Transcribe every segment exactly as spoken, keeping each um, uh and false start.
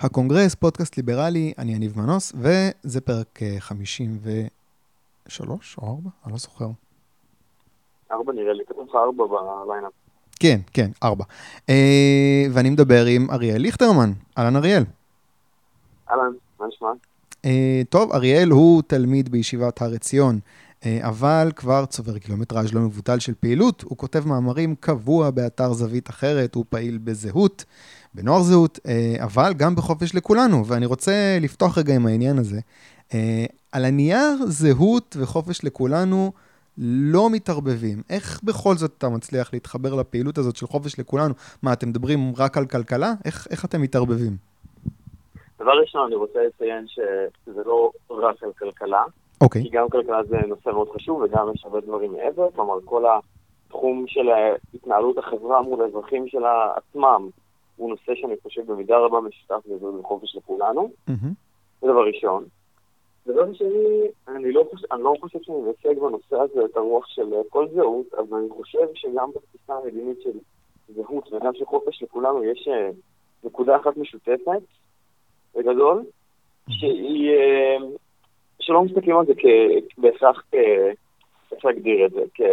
הקונגרס, פודקאסט ליברלי, אני יניב מנוס, וזה פרק חמישים ושלוש או ארבע? אני לא זוכר. ארבע נראה לי, כתוב לך ארבע בליינאפ. כן, כן, ארבע. אה, ואני מדבר עם אריאל ליכטרמן. אהלן אריאל. אהלן, מה נשמע? אה, טוב, אריאל הוא תלמיד בישיבת הר עציון, אה, אבל כבר צובר קילומטראז' לא מבוטל של פעילות. הוא כותב מאמרים קבוע באתר זווית אחרת, הוא פעיל בזהות, בנוער זהות, אה, אבל גם בחופש לכולנו. ואני רוצה לפתוח רגע עם העניין הזה. אה, על הנייר זהות וחופש לכולנו לא מתערבבים. איך בכל זאת אתה מצליח להתחבר לפעילות הזאת של חופש לכולנו? מה, אתם מדברים רק על כלכלה? איך, איך אתם מתערבבים? דבר ראשון, אני רוצה לציין שזה לא רק על כלכלה, אוקיי. כי גם כלכלה זה נושא מאוד חשוב, וגם יש הרבה דברים מעבר, כלומר, כל התחום של התנהלות החברה מול האזרחים שלה עצמם, הוא נושא שאני חושב במידה רבה משותף לזהות וחופש לכולנו. Mm-hmm. זה דבר ראשון. דבר שני, אני לא חושב, אני לא חושב שאני מייצג בנושא הזה את הרוח של כל זהות, אבל אני חושב שגם בתפיסה המדינית של זהות וגם של חופש לכולנו יש נקודה אחת משותפת, בגדול, שהיא, שלא מסתכלים על זה בהכרח, איך להגדיר את זה, כ...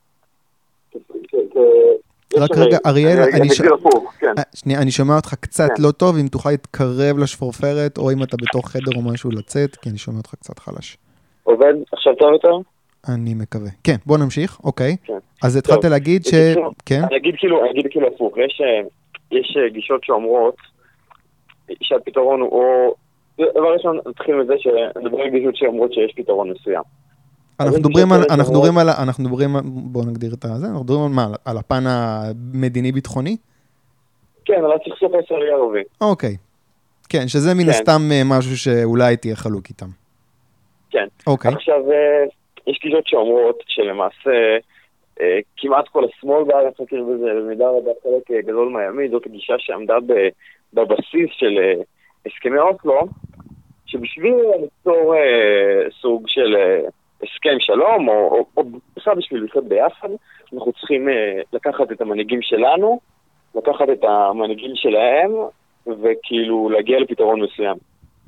רק רגע, אריאל, אני שנייה, אני שומע אותך קצת לא טוב, אם תוכל להתקרב לשפורפרת, או אם אתה בתוך חדר או משהו לצאת, כי אני שומע אותך קצת חלש. עובד? עכשיו טוב יותר? אני מקווה. כן, בוא נמשיך, אוקיי. אז התחלת להגיד ש... כן? אני אגיד כאילו, אני אגיד כאילו הפוך, יש גישות שאומרות, שהפתרון הוא, או... דבר ראשון, נתחיל מזה שנדבר על גישות שאומרות שיש פתרון מסוים. אנחנו מדברים על, אנחנו מדברים על, אנחנו מדברים, בואו נגדיר את זה, אנחנו מדברים על מה, על הפן המדיני-ביטחוני? כן, על הסכסוך הישראלי-ערבי. אוקיי. כן, שזה מן הסתם משהו שאולי תהיה חלוק איתם. כן. אוקיי. עכשיו, יש גישות שאומרות שלמעשה, כמעט כל השמאל בארץ מכיר בזה, במידה רבה חלק גדול מהימין, זאת הגישה שעמדה בבסיס של הסכמי אוסלו, שבשביל ליצור סוג של הסכם שלום, או בכלל בשביל לחיות ביחד, אנחנו צריכים לקחת את המנהיגים שלנו, לקחת את המנהיגים שלהם, וכאילו להגיע לפתרון מסוים.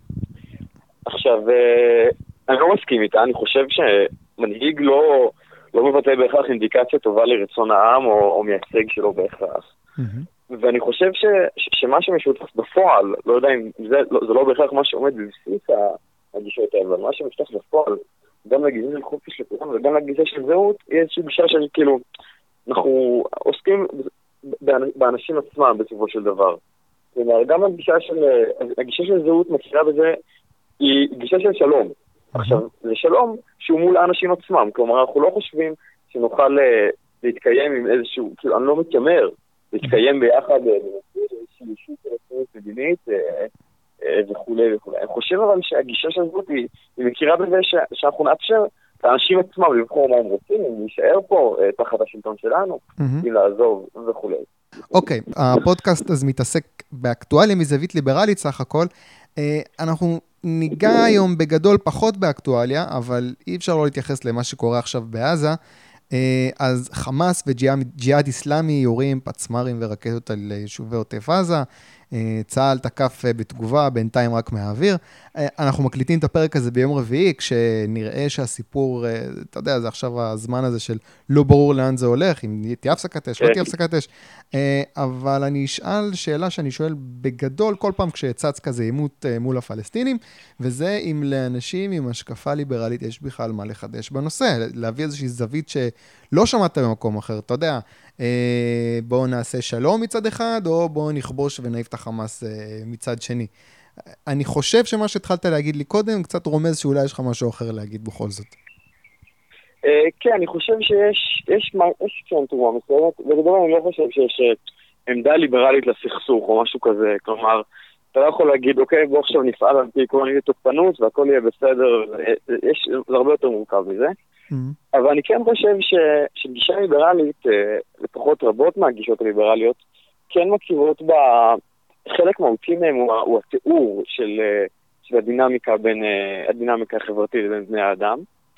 עכשיו, אני לא מסכים איתה, אני חושב שמנהיג לא, לא מבטא בהכרח אינדיקציה טובה לרצון העם, או, או מייצג שלו בהכרח. Mm-hmm. ואני חושב ש, ש, שמה שמשותף בפועל, לא יודע אם זה, לא, זה לא בהכרח מה שעומד בבסיס הגישות האלה, אבל מה שמשותף בפועל, גם לגישה של חופש לכולם, וגם לגישה של זהות, היא איזושהי גישה של כאילו, אנחנו עוסקים באנשים עצמם בסופו של דבר. כלומר, גם הגישה של, הגישה של זהות מכירה בזה, היא גישה של שלום. עכשיו, זה שלום שהוא מול האנשים עצמם. כלומר, אנחנו לא חושבים שנוכל להתקיים עם איזשהו, כאילו, אני לא מתיימר, להתקיים ביחד באיזושהי אישות מדינית וכולי וכולי. אני חושב אבל שהגישה של זהות היא מכירה בזה שאנחנו נאפשר לאנשים עצמם לבחור מה הם רוצים, אם להישאר פה תחת השלטון שלנו, אם לעזוב וכולי. אוקיי, הפודקאסט אז מתעסק באקטואליה מזווית ליברלית סך הכל. אנחנו ניגע היום בגדול פחות באקטואליה, אבל אי אפשר לא להתייחס למה שקורה עכשיו בעזה. אז חמאס וג'יהאד איסלאמי יורים פצמרים ורקטות על יישובי עוטף עזה. צה"ל תקף בתגובה, בינתיים רק מהאוויר. אנחנו מקליטים את הפרק הזה ביום רביעי, כשנראה שהסיפור, אתה יודע, זה עכשיו הזמן הזה של לא ברור לאן זה הולך, אם תהיה הפסקת אש, לא תהיה הפסקת אש. אבל אני אשאל שאלה שאני שואל בגדול, כל פעם כשצץ כזה עימות מול הפלסטינים, וזה אם לאנשים עם השקפה ליברלית יש בכלל מה לחדש בנושא, להביא איזושהי זווית שלא שמעת במקום אחר, אתה יודע, בואו נעשה שלום מצד אחד, או בואו נכבוש ונעיף את החמאס מצד שני. אני חושב שמה שהתחלת להגיד לי קודם, קצת רומז שאולי יש לך משהו אחר להגיד בכל זאת. כן, אני חושב שיש, יש כאן תרומה מסוימת, ובדבר אני לא חושב שיש עמדה ליברלית לסכסוך או משהו כזה, כלומר, אתה לא יכול להגיד, אוקיי, בוא עכשיו נפעל על פי כל מיני תוקפנות והכל יהיה בסדר, יש, זה הרבה יותר מורכב מזה. אבל אני כן חושב שגישה ליברלית, לפחות רבות מהגישות הליברליות, כן מכירות בה, חלק מהותי מהם הוא התיאור של, של הדינמיקה בין, הדינמיקה החברתית בין בני האדם.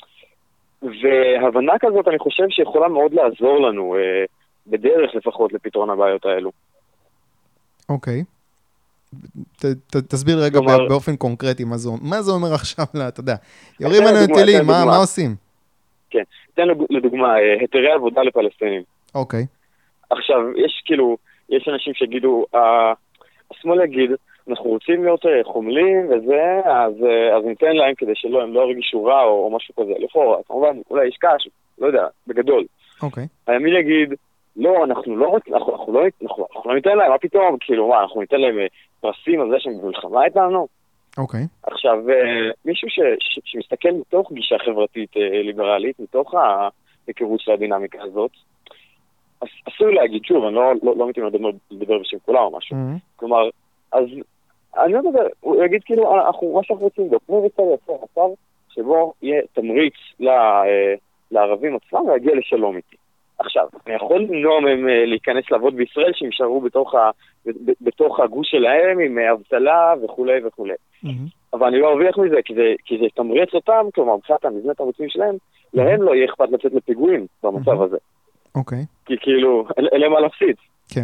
והבנה כזאת אני חושב שיכולה מאוד לעזור לנו, בדרך לפחות לפתרון הבעיות האלו. אוקיי. תסביר רגע באופן קונקרטי מה זה אומר עכשיו, אתה יודע, יורים עלינו טילים, מה עושים? כן, תן לדוגמה, היתרי עבודה לפלסטינים. אוקיי. עכשיו, יש כאילו, יש אנשים שיגידו, השמאל יגיד, אנחנו רוצים להיות חומלים וזה, אז, אז ניתן להם כדי שלא, הם לא ירגישו רע או, או משהו כזה. לכאורה, כמובן, אולי יש קש, לא יודע, בגדול. אוקיי. הימין יגיד, לא, אנחנו לא רוצים, אנחנו, אנחנו, לא, אנחנו, אנחנו לא ניתן להם, מה פתאום? כאילו, מה, אנחנו ניתן להם פרסים על זה שהם במלחמה איתנו? אוקיי. עכשיו, מישהו ש, ש, שמסתכל מתוך גישה חברתית ליברלית, מתוך ההיכרות של הדינמיקה הזאת, אסור להגיד, שוב, אני לא, לא, לא מתאים לדבר, לדבר בשם כולם או משהו. Mm-hmm. כלומר, אז אני לא יודע, הוא יגיד כאילו, אנחנו, מה שאנחנו רוצים בו, כמו רוצה לייצר מצב שבו יהיה תמריץ לה, לערבים עצמם להגיע לשלום איתי. עכשיו, אני יכול למנוע מהם להיכנס לעבוד בישראל, שהם יישארו בתוך, ה, בתוך הגוש שלהם, עם אבטלה וכו' וכו'. Mm-hmm. אבל אני לא ארוויח מזה, כי זה, כי זה תמריץ אותם, כלומר, מבחינת המבנה התמריצים שלהם, mm-hmm. להם לא יהיה אכפת לצאת לפיגועים במצב mm-hmm. הזה. אוקיי. כי כאילו, אין להם מה להפסיד. כן.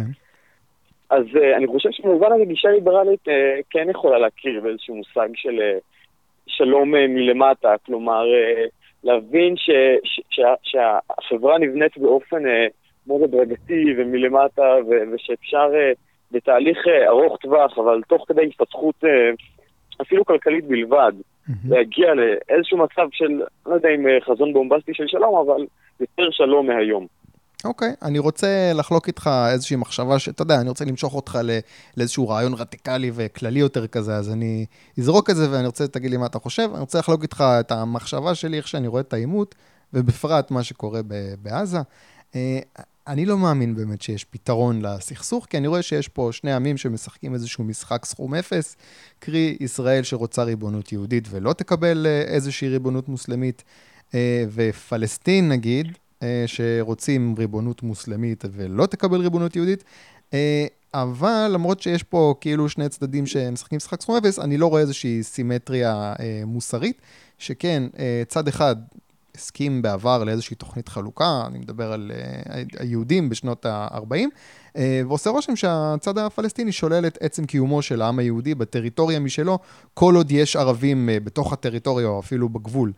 אז uh, אני חושב שבמובן הזה גישה ליברלית uh, כן יכולה להכיר באיזשהו מושג של uh, שלום uh, מלמטה, כלומר uh, להבין ש, ש, ש, שהחברה נבנית באופן uh, מאוד הדרגתי ומלמטה, ו, ושאפשר uh, בתהליך uh, ארוך טווח, אבל תוך כדי התפתחות uh, אפילו כלכלית בלבד, mm-hmm. להגיע לאיזשהו מצב של, לא יודע אם uh, חזון בומבסטי של שלום, אבל יותר שלום מהיום. אוקיי, okay, אני רוצה לחלוק איתך איזושהי מחשבה שאתה יודע, אני רוצה למשוך אותך לאיזשהו רעיון רדיקלי וכללי יותר כזה, אז אני אזרוק את זה ואני רוצה תגיד לי מה אתה חושב, אני רוצה לחלוק איתך את המחשבה שלי, איך שאני רואה את העימות, ובפרט מה שקורה בעזה. אני לא מאמין באמת שיש פתרון לסכסוך, כי אני רואה שיש פה שני עמים שמשחקים איזשהו משחק סכום אפס, קרי ישראל שרוצה ריבונות יהודית ולא תקבל איזושהי ריבונות מוסלמית, ופלסטין נגיד, שרוצים ריבונות מוסלמית ולא תקבל ריבונות יהודית, אבל למרות שיש פה כאילו שני צדדים שמשחקים משחק סכום אפס, אני לא רואה איזושהי סימטריה מוסרית, שכן, צד אחד הסכים בעבר לאיזושהי תוכנית חלוקה, אני מדבר על היהודים בשנות ה-ארבעים, ועושה רושם שהצד הפלסטיני שולל את עצם קיומו של העם היהודי בטריטוריה משלו, כל עוד יש ערבים בתוך הטריטוריה או אפילו בגבול.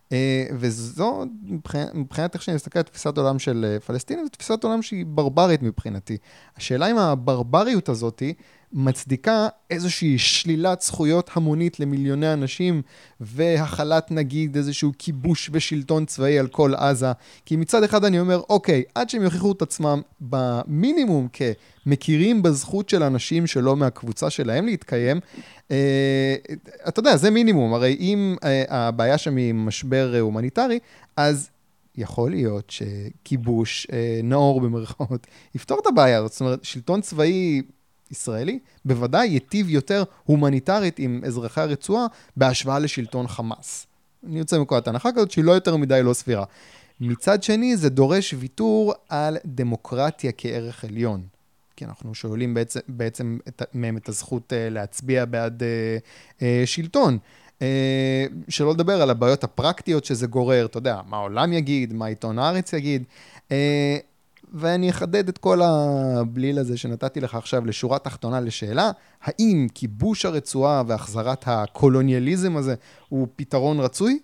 וזו, מבחינת איך שאני מסתכל על תפיסת עולם של פלסטינים, זו תפיסת עולם שהיא ברברית מבחינתי. השאלה אם הברבריות הזאת מצדיקה איזושהי שלילת זכויות המונית למיליוני אנשים, והחלת נגיד איזשהו כיבוש ושלטון צבאי על כל עזה, כי מצד אחד אני אומר, אוקיי, עד שהם יוכיחו את עצמם במינימום כמכירים בזכות של אנשים שלא מהקבוצה שלהם להתקיים, אה, אתה יודע, זה מינימום, הרי אם אה, הבעיה שם היא משבר הומניטרי, אז יכול להיות שכיבוש אה, נאור במרכאות יפתור את הבעיה הזאת, זאת אומרת, שלטון צבאי ישראלי, בוודאי יטיב יותר הומניטרית עם אזרחי הרצועה בהשוואה לשלטון חמאס. אני יוצא מנקודת הנחה כזאת שהיא לא יותר מדי לא סבירה. מצד שני, זה דורש ויתור על דמוקרטיה כערך עליון. כי אנחנו שואלים בעצם, בעצם את, מהם את הזכות uh, להצביע בעד uh, uh, שלטון. Uh, שלא לדבר על הבעיות הפרקטיות שזה גורר, אתה יודע, מה העולם יגיד, מה עיתון הארץ יגיד. Uh, ואני אחדד את כל הבליל הזה שנתתי לך עכשיו לשורה תחתונה לשאלה, האם כיבוש הרצועה והחזרת הקולוניאליזם הזה הוא פתרון רצוי?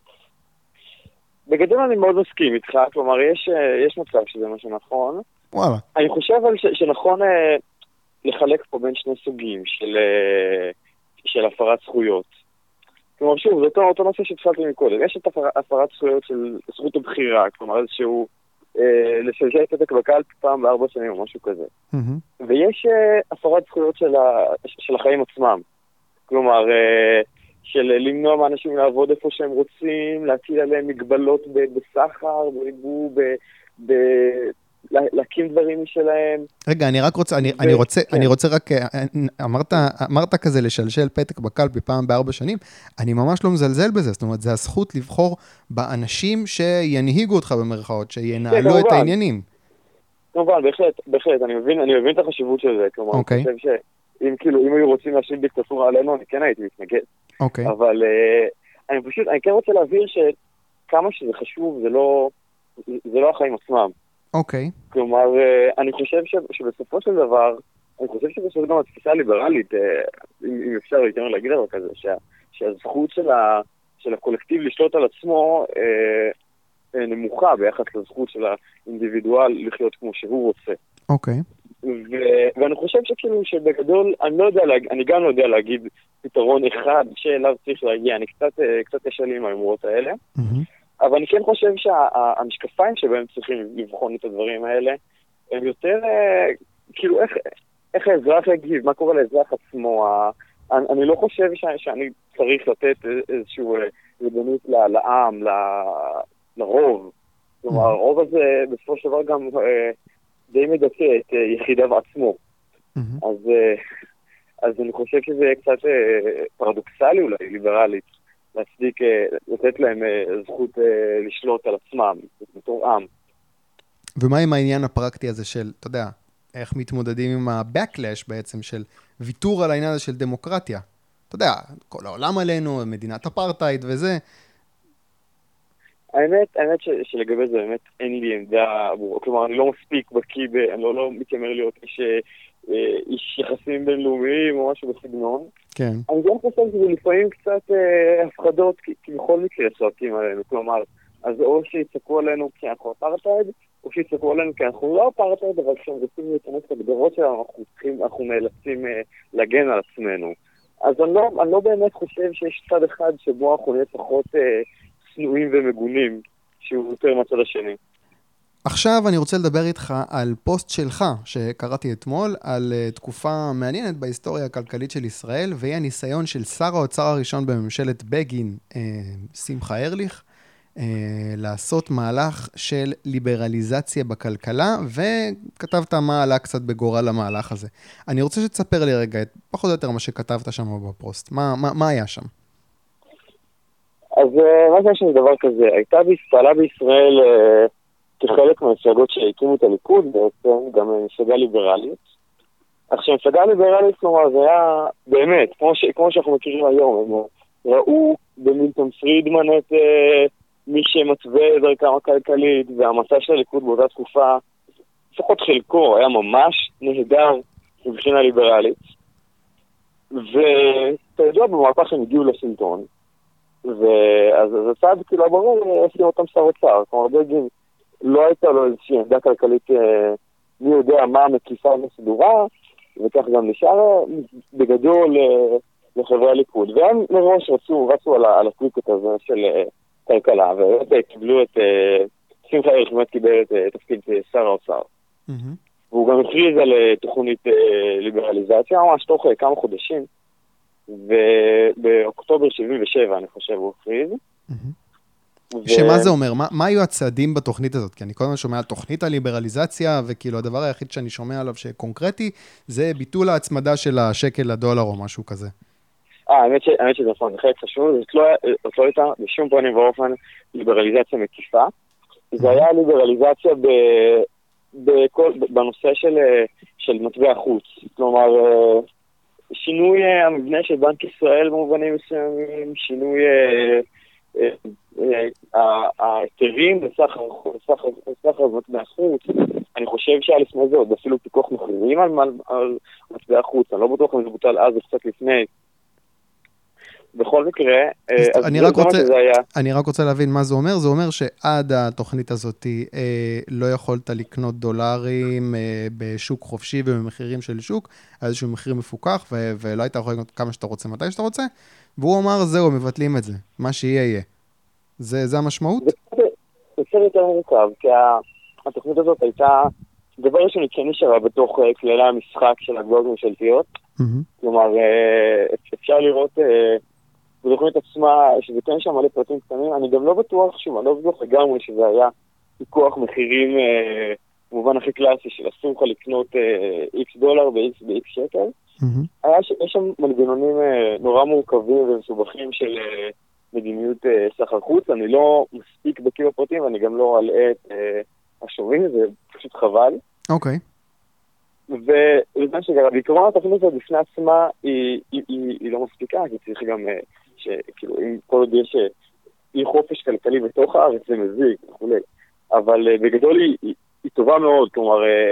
בגדול אני מאוד מסכים איתך, כלומר יש, יש מצב שזה מה שנכון. וואלה. אני חושב אבל ש, שנכון אה, לחלק פה בין שני סוגים של, אה, של הפרת זכויות. כלומר שוב, זה אותו, אותו נושא שהתחלתי מקודם. יש את הפר, הפרת זכויות של זכות הבחירה, כלומר איזשהו אה, לשלשל פתק בקלפי פעם בארבע שנים או משהו כזה. Mm-hmm. ויש אה, הפרת זכויות של, ה, של החיים עצמם. כלומר, אה, של למנוע מאנשים לעבוד איפה שהם רוצים, להטיל עליהם מגבלות בסחר, בריבו, ב... ב להקים דברים משלהם. רגע, אני רק רוצה, אני, ו... אני רוצה, כן. אני רוצה רק, אמרת, אמרת כזה לשלשל פתק בקלפי פעם בארבע שנים, אני ממש לא מזלזל בזה, זאת אומרת, זה הזכות לבחור באנשים שינהיגו אותך במרכאות, שינהלו כן, את העניינים. כמובן, בהחלט, בהחלט, אני מבין, אני מבין את החשיבות של זה, כלומר, okay. אני חושב שאם כאילו, אם היו רוצים להשאיר דיקטטורה עלינו, אני כן הייתי מתנגד. Okay. אבל uh, אני פשוט, אני כן רוצה להבהיר שכמה שזה חשוב, זה לא, זה לא החיים עצמם. אוקיי. כלומר, אני חושב שבסופו של דבר, אני חושב שבסופו גם התפיסה הליברלית, אם אפשר יותר להגיד דבר כזה, שהזכות של הקולקטיב לשלוט על עצמו נמוכה ביחס לזכות של האינדיבידואל לחיות כמו שהוא רוצה. אוקיי. ואני חושב שכאילו שבגדול, אני לא יודע, אני גם לא יודע להגיד פתרון אחד שאליו צריך להגיע, אני קצת קשה לי עם האמורות האלה, אבל אני כן חושב שהמשקפיים שבהם צריכים לבחון את הדברים האלה, הם יותר, כאילו, איך, איך האזרח יגיב, מה קורה לאזרח עצמו, אני, אני לא חושב ש, שאני צריך לתת איזשהו ריבונות לעם, ל, לרוב, כלומר, הרוב הזה בסופו של דבר גם די מדכא את יחידיו עצמו, אז, אז אני חושב שזה קצת פרדוקסלי אולי, ליברלית, להצדיק, לתת להם זכות לשלוט על עצמם, בתור עם. ומה עם העניין הפרקטי הזה של, אתה יודע, איך מתמודדים עם ה-backlash בעצם של ויתור על העניין הזה של דמוקרטיה? אתה יודע, כל העולם עלינו, מדינת אפרטהייד וזה. האמת, האמת ש, שלגבי זה באמת אין לי עמדה, כלומר, אני לא מספיק בקיא, אני לא, לא מתיימר להיות איש, איש יחסים בינלאומיים או משהו בסגנון. כן. אני גם חושב שזה לפעמים קצת אה, הפחדות, כי, כי בכל מקרה צועקים עלינו, כלומר, אז או שיצעקו עלינו כי אנחנו אפרטהייד, או שיצעקו עלינו כי אנחנו לא אפרטהייד, אבל כשהם רוצים להתכנס את הגדרות שלנו, אנחנו, צריכים, אנחנו נאלצים אה, להגן על עצמנו. אז אני לא, אני לא באמת חושב שיש צד אחד שבו אנחנו נהיה פחות אה, צנועים ומגונים, שהוא יותר מהצד השני. עכשיו אני רוצה לדבר איתך על פוסט שלך שקראתי אתמול, על uh, תקופה מעניינת בהיסטוריה הכלכלית של ישראל, והיא הניסיון של שר האוצר הראשון בממשלת בגין, uh, שמחה ארליך, uh, לעשות מהלך של ליברליזציה בכלכלה, וכתבת מה עלה קצת בגורל המהלך הזה. אני רוצה שתספר לי רגע את פחות או יותר מה שכתבת שם בפוסט. מה, מה, מה היה שם? אז מה זה שם דבר כזה? הייתה בהספעלה בישראל כחלק מהמפלגות שהקימו את הליכוד, בעצם גם מפלגה ליברלית. עכשיו, מפלגה ליברלית, כלומר, זה היה באמת, כמו, ש, כמו שאנחנו מכירים היום, הם ראו במילטון פרידמן את אה, מי שמתווה דרכם הכלכלית, והמצע של הליכוד באותה תקופה, לפחות חלקו, היה ממש נהדר מבחינה ליברלית. ואתה יודע, במהפך הם הגיעו לשלטון, ואז זה צעד כאילו ברור, עושים אותם שר אוצר, כלומר, בגין לא הייתה לו איזושהי עמדה כלכלית, מי יודע מה מקיפה וסדורה, וכך גם נשאר בגדול לחברי הליכוד. והם מראש רצו, רצו על, על הקליקות הזה של כלכלה, וקיבלו את, שמחה ארליך באמת קיבל את תפקיד שר האוצר. Mm-hmm. והוא גם הכריז על תוכנית ליברליזציה, ממש תוך כמה חודשים, ובאוקטובר שבעים ושבע אני חושב הוא הכריז. Mm-hmm. ו... שמה זה אומר? מה, מה היו הצעדים בתוכנית הזאת? כי אני קודם שומע על תוכנית הליברליזציה, וכאילו הדבר היחיד שאני שומע עליו שקונקרטי, זה ביטול ההצמדה של השקל לדולר או משהו כזה. אה, האמת, ש... האמת שזה נכון, זה חלק חשוב, זאת לא, זאת לא הייתה בשום פנים ואופן ליברליזציה מקיפה, זה היה ליברליזציה ב... בכל... בנושא של, של מטבע החוץ, כלומר, שינוי המבנה של בנק ישראל במובנים מסוימים, שינוי ההיתרים לסחר במטבע החוץ. אני חושב שהיה לפני זה עוד אפילו פיקוח מחירים על מטבע החוץ, אני לא בטוח אם זה בוטל אז או קצת לפני. בכל מקרה, אני רק רוצה, אני רק רוצה להבין מה זה אומר. זה אומר שעד התוכנית הזאת לא יכולת לקנות דולרים בשוק חופשי ובמחירים של שוק, איזשהו מחיר מפוקח, ולא היית יכול לקנות כמה שאתה רוצה, מתי שאתה רוצה, והוא אמר, זהו, מבטלים את זה, מה שיהיה יהיה. זה, זה המשמעות? זה קצת יותר מורכב, כי התוכנית הזאת הייתה, דבר ראשון היא כן נשארה בתוך כללי המשחק של הגבוהות ממשלתיות, כלומר, אפשר לראות בתוכנית עצמה, שזה כן שם מלא פרטים קטנים, אני גם לא בטוח, שוב, אני לא בטוח לגמרי שזה היה פיקוח מחירים במובן הכי קלאסי של אסור לך לקנות איקס דולר ב-איקס שקל. היה יש שם מנגנונים נורא מורכבים ומסובכים של מדיניות סחר חוץ, אני לא מספיק בקיא בפרטים, ואני גם לא אלאה את השורים, זה פשוט חבל. אוקיי. ולזמן שגרה, בעיקרון התוכנית הזאת בפני עצמה היא, היא, היא, היא לא מספיקה, כי צריך גם, שכאילו, אם כל עוד יש אי חופש כלכלי בתוך הארץ, זה מזיק וכו'. אבל בגדול היא, היא, היא טובה מאוד, כלומר,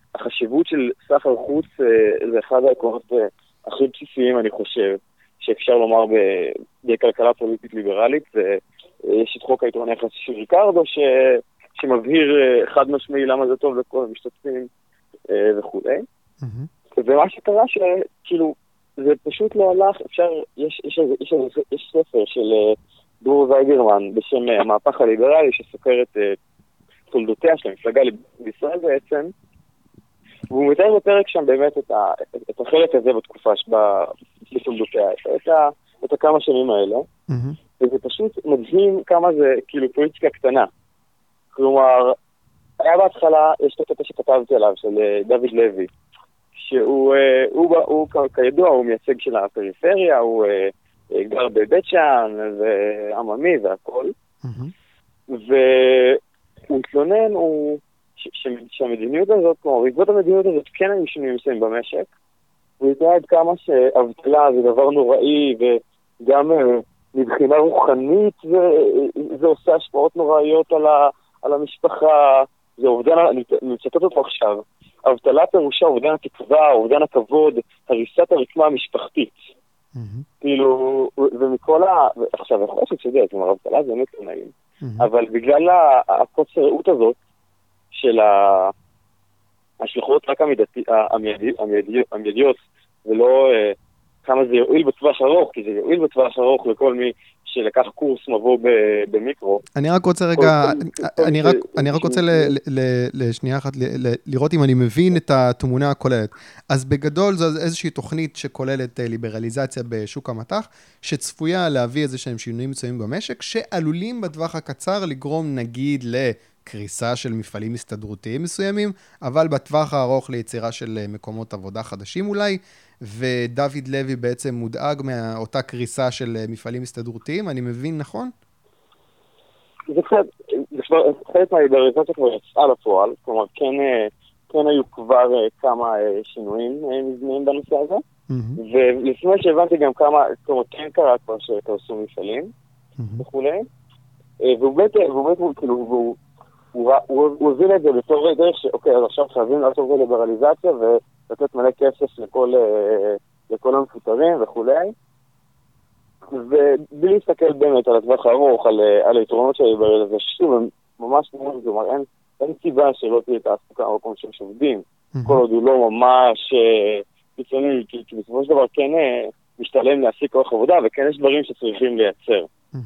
החשיבות של סחר חוץ זה אחד העקרונות הכי בסיסיים, אני חושב, שאפשר לומר בכלכלה פוליטית ליברלית. יש את חוק היתרון היחסי של ריקרדו, ש... שמבהיר חד משמעי למה זה טוב לכל המשתתפים וכו'. Mm-hmm. ומה שקרה שכאילו, זה פשוט לא הלך, אפשר, יש, יש, יש, יש, יש ספר של דרור זייגרמן בשם המהפך הליברלי, שסוקר את תולדותיה של המפלגה בישראל בעצם, והוא מתאר בפרק שם באמת את, ה, את, את החלק הזה בתקופה שבה בתולדותיה, את, ה, את הכמה שנים האלה, mm-hmm. וזה פשוט מדהים כמה זה כאילו פוליטיקה קטנה. כלומר, היה בהתחלה, יש את הקטע שכתבתי עליו, של דוד לוי, שהוא, הוא, הוא, הוא, כידוע, הוא מייצג של הפריפריה, הוא גר בבית שאן, ועממי והכל, mm-hmm. והוא התלונן, הוא, ש, ש, שהמדיניות הזאת, כלומר, בעקבות המדיניות הזאת, כן היו שינויים מסוימים במשק, הוא התלונן עד כמה שאבטלה זה דבר נוראי, וגם מבחינה רוחנית, זה, זה עושה השפעות נוראיות על ה... על המשפחה, זה אובדן, אני מצטט אותו עכשיו, אבטלה פירושה אובדן התקווה, אובדן הכבוד, הריסת הרקמה המשפחתית. כאילו, ומכל ה... עכשיו, יכול להיות שזה, כלומר, אבטלה זה באמת נעים, אבל בגלל הקוצר ראות הזאת של ההשלכות רק המיידיות, ולא כמה זה יועיל בטווח ארוך, כי זה יועיל בטווח ארוך לכל מי שלקח קורס מבוא במיקרו. אני רק רוצה רגע, אני רק, אני רק רוצה לשנייה אחת לראות אם אני מבין את התמונה הכוללת. אז בגדול זו איזושהי תוכנית שכוללת ליברליזציה בשוק המטח, שצפויה להביא איזה שהם שינויים מסוימים במשק, שעלולים בטווח הקצר לגרום נגיד לקריסה של מפעלים הסתדרותיים מסוימים, אבל בטווח הארוך ליצירה של מקומות עבודה חדשים אולי, ודוד לוי בעצם מודאג מאותה קריסה של מפעלים הסתדרותיים, אני מבין נכון? זה קצת, חלק מהליברליזציה כבר יצאה לפועל, כלומר כן, כן היו כבר כמה שינויים מבניים בנושא הזה, ולפני שהבנתי גם כמה, כלומר כן קרה כבר שקרסו מפעלים וכולי, והוא באמת, כאילו, והוא הוא הוביל את זה בתור דרך שאוקיי, אז עכשיו חייבים לעשות ליברליזציה ולתת מלא כסף לכל, לכל המפוטרים וכולי. ובלי להסתכל באמת על הטווח הארוך, על, על היתרונות של הליברליזציה, שוב, הם ממש נראים, כלומר, אין, אין סיבה שלא תהיה תעסוקה או כמו שהם שעובדים. כל עוד הוא לא ממש קיצוני, כי, כי בסופו של דבר כן משתלם להשיג כוח עבודה, וכן יש דברים שצריכים לייצר.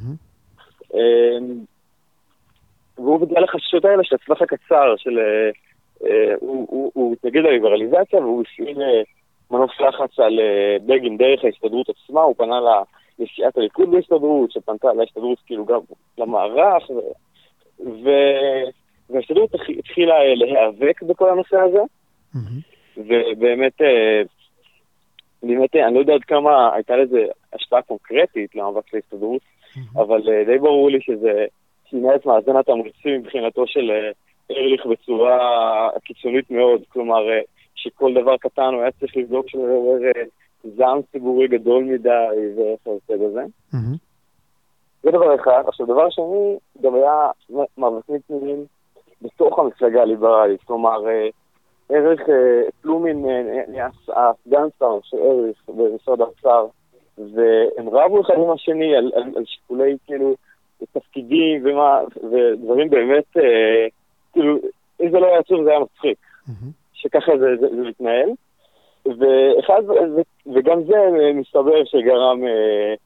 והוא בגלל החששות האלה של הצווח הקצר, של, אה, הוא, הוא, הוא התנגד לליברליזציה, והוא הפעיל אה, מנוף לחץ על אה, בגין דרך ההסתדרות עצמה, הוא פנה לנשיאת הליכוד בהסתדרות, שפנתה להסתדרות כאילו גם למערך, ו, ו, וההסתדרות התחילה להיאבק בכל הנושא הזה, mm-hmm. ובאמת, אה, באמת, אני לא יודע עד כמה הייתה לזה השפעה קונקרטית למאבק להסתדרות, mm-hmm. אבל אה, די ברור לי שזה שינה את מאזן התמריצים מבחינתו של ארליך בצורה קיצונית מאוד, כלומר שכל דבר קטן הוא היה צריך לבדוק שלא יעורר זעם ציבורי גדול מדי וכיוצא בזה. זה דבר אחד. עכשיו דבר שני, גם היה מאבקים פנימיים בתוך המפלגה הליברלית, כלומר ערך פלומין נהיה הסגן שר של ארליך במשרד האוצר, והם רבו אחד עם השני על, על, על שיקולי כאילו תפקידים ומה, ודברים באמת, אה, כאילו, אם זה לא היה עצוב, זה היה מצחיק. Mm-hmm. שככה זה, זה, זה מתנהל. ואחד, ו, וגם זה מסתבר שגרם אה,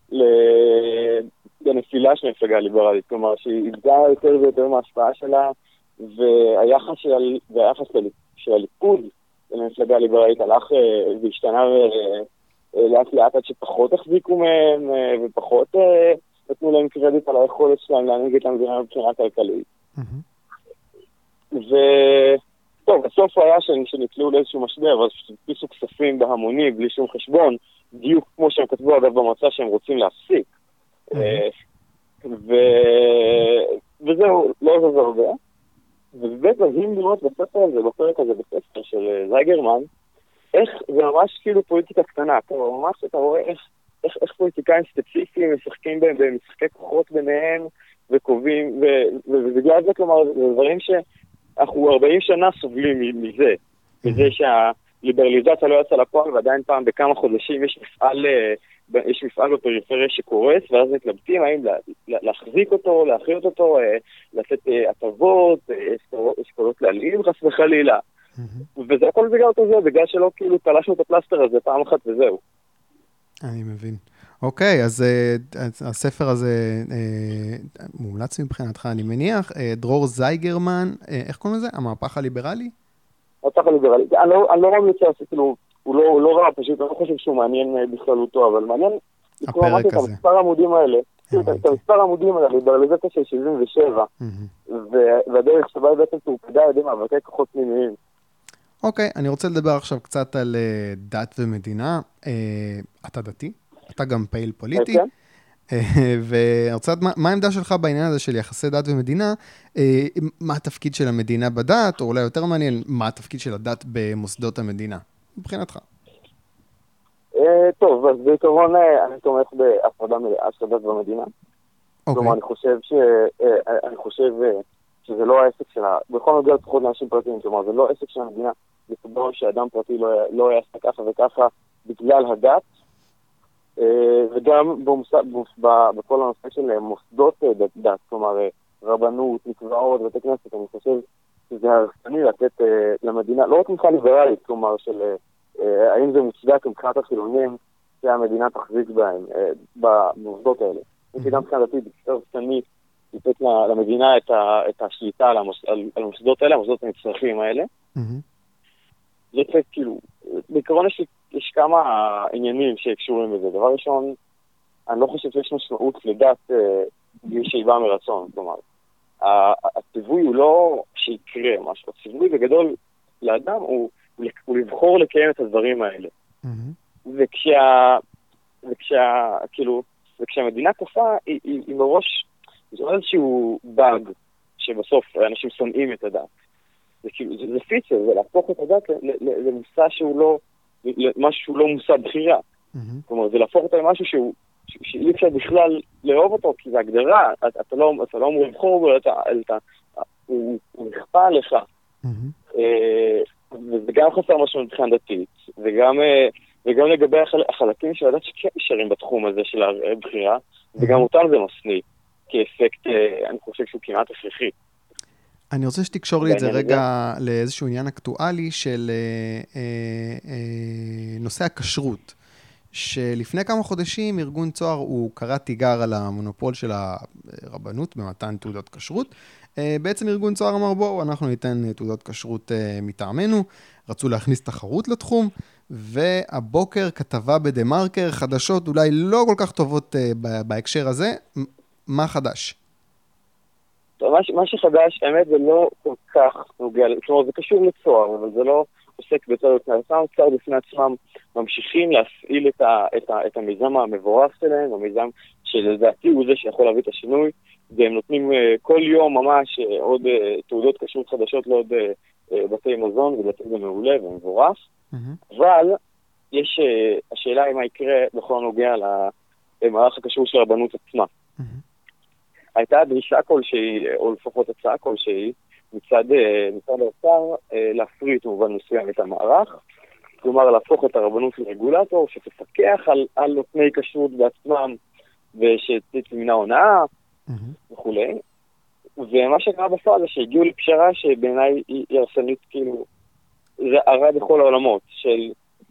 לנפילה של המפלגה הליברלית. כלומר, שהיא איבדה יותר ויותר מההשפעה שלה, והיחס של, והיחס של הליכוד למפלגה הליברלית הלך אה, והשתנה אה, לאט לאט עד שפחות החזיקו מהם, אה, ופחות... אה, נתנו להם קרדיט על היכולת שלהם להנהיג את המדינה מבחינה כלכלית. וטוב, בסוף היה שנקלעו לאיזשהו משבר, אז שתפיסו כספים בהמוני, בלי שום חשבון, בדיוק כמו שהם כתבו אגב במצע שהם רוצים להפסיק. וזהו, לא זז הרבה. ובאמת מדהים לראות בספר הזה, בפרק הזה בספר של זייגרמן, איך זה ממש כאילו פוליטיקה קטנה, ממש אתה רואה איך איך, איך פוליטיקאים ספציפיים משחקים בהם במשחקי כוחות ביניהם וקובעים, ובגלל זה, כלומר, זה דברים שאנחנו ארבעים שנה סובלים מזה. בזה שהליברליזציה לא יצאה לפועל, ועדיין פעם בכמה חודשים יש מפעל, יש מפעל בפריפריה שקורס, ואז מתלבטים האם להחזיק אותו, להחיות אותו, לתת הטבות, אשכולות להלאים, חס וחלילה. וזה הכל בגלל זה, בגלל שלא כאילו תלשנו את הפלסטר הזה פעם אחת וזהו. אני מבין. אוקיי, אז הספר הזה מומלץ מבחינתך, אני מניח. דרור זייגרמן, איך קוראים לזה? המהפך הליברלי? המהפך הליברלי. אני לא ממליץ לעשות, כאילו, הוא לא רע, פשוט אני לא חושב שהוא מעניין בכללותו, אבל מעניין לקרוא אמרתי את המספר העמודים האלה, את המספר העמודים האלה, ליברליזציה של שבעים ושבע, והדרך שבה בעצם תורפדה על ידי מאבקי כוחות פנימיים. אוקיי, אני רוצה לדבר עכשיו קצת על דת ומדינה. אתה דתי? אתה גם פעיל פוליטי? ואני רוצה לדעת, מה העמדה שלך בעניין הזה של יחסי דת ומדינה? מה התפקיד של המדינה בדת, או אולי יותר מעניין, מה התפקיד של הדת במוסדות המדינה? מבחינתך. טוב, אז בעיקרון אני תומך בהפרדה מלאה של דת במדינה. כלומר, אני חושב ש... אני חושב שזה לא העסק שלה, בכל נוגע לפחות לאנשים פרטיים, כלומר, זה לא עסק של המדינה, לקבוע שאדם פרטי לא יעשה ככה וככה בגלל הדת, וגם בכל הנושא של מוסדות דת, כלומר, רבנות, מקוואות, בתי כנסת, אני חושב שזה הרסני לתת למדינה, לא רק מבחינה ליברלית, כלומר, של האם זה מוצדק מבחינת החילונים שהמדינה תחזיק בהם, במוסדות האלה. יש גם מבחינה דתית, הרסני, לתת למדינה את השליטה על המוסדות האלה, המוסדות הנצרכים האלה. זה כאילו, בעיקרון יש כמה עניינים שקשורים בזה. דבר ראשון, אני לא חושב שיש משמעות לדת בלי שהיא באה מרצון. כלומר, הציווי הוא לא שיקרה משהו. הציווי בגדול לאדם הוא לבחור לקיים את הדברים האלה. וכשה, וכשה, כאילו, וכשהמדינה כופה, היא מראש, זה איזשהו באג שבסוף אנשים שונאים את הדת. זה כאילו, זה פיצר, זה להפוך את הדת למושא שהוא לא, משהו שהוא לא מושא בחירה. כלומר, זה להפוך אותה למשהו שהוא, שאי אפשר בכלל לאהוב אותו, כי זה הגדרה, אתה לא, אתה לא אמור לבחור בו, הוא נכפה עליך. וזה גם חסר משהו מבחינה דתית, וגם, וגם לגבי החלקים של הדת שכן נשארים בתחום הזה של הבחירה, וגם אותם זה מסניא, כאפקט, אני חושב שהוא כמעט הכרחי. אני רוצה שתקשור לי את זה רגע לאיזשהו עניין אקטואלי של אה, אה, נושא הכשרות, שלפני כמה חודשים ארגון צוהר הוא קרא תיגר על המונופול של הרבנות במתן תעודות כשרות. אה, בעצם ארגון צוהר אמר בואו, אנחנו ניתן תעודות כשרות אה, מטעמנו, רצו להכניס תחרות לתחום, והבוקר כתבה בדה-מרקר, חדשות אולי לא כל כך טובות אה, בהקשר הזה, מה חדש? מה, מה שחדש, האמת, זה לא כל כך נוגע, כלומר, זה קשור לצוהר, אבל זה לא עוסק בצוהר בפני עצמם, צוהר בפני עצמם ממשיכים להפעיל את, ה, את, ה, את המיזם המבורך שלהם, המיזם שלדעתי הוא זה שיכול להביא את השינוי, והם נותנים uh, כל יום ממש uh, עוד uh, תעודות כשרות חדשות לעוד uh, uh, בתי מזון, ולדעתי זה מעולה ומבורך, mm-hmm. אבל יש uh, השאלה היא מה יקרה בכל נוגע למערך הכשרות של הרבנות עצמה. Mm-hmm. הייתה דרישה כלשהי, או לפחות הצעה כלשהי, מצד, מצד האוצר, להפריט במובן מסוים את המערך, כלומר להפוך את הרבנות לרגולטור, שתפקח על, על נותני כשרות בעצמם, ושתמנע הונאה, mm-hmm. וכו'. ומה שקרה בפועל זה שהגיעו לפשרה שבעיניי היא הרסנית, כאילו, זה הרע בכל העולמות, של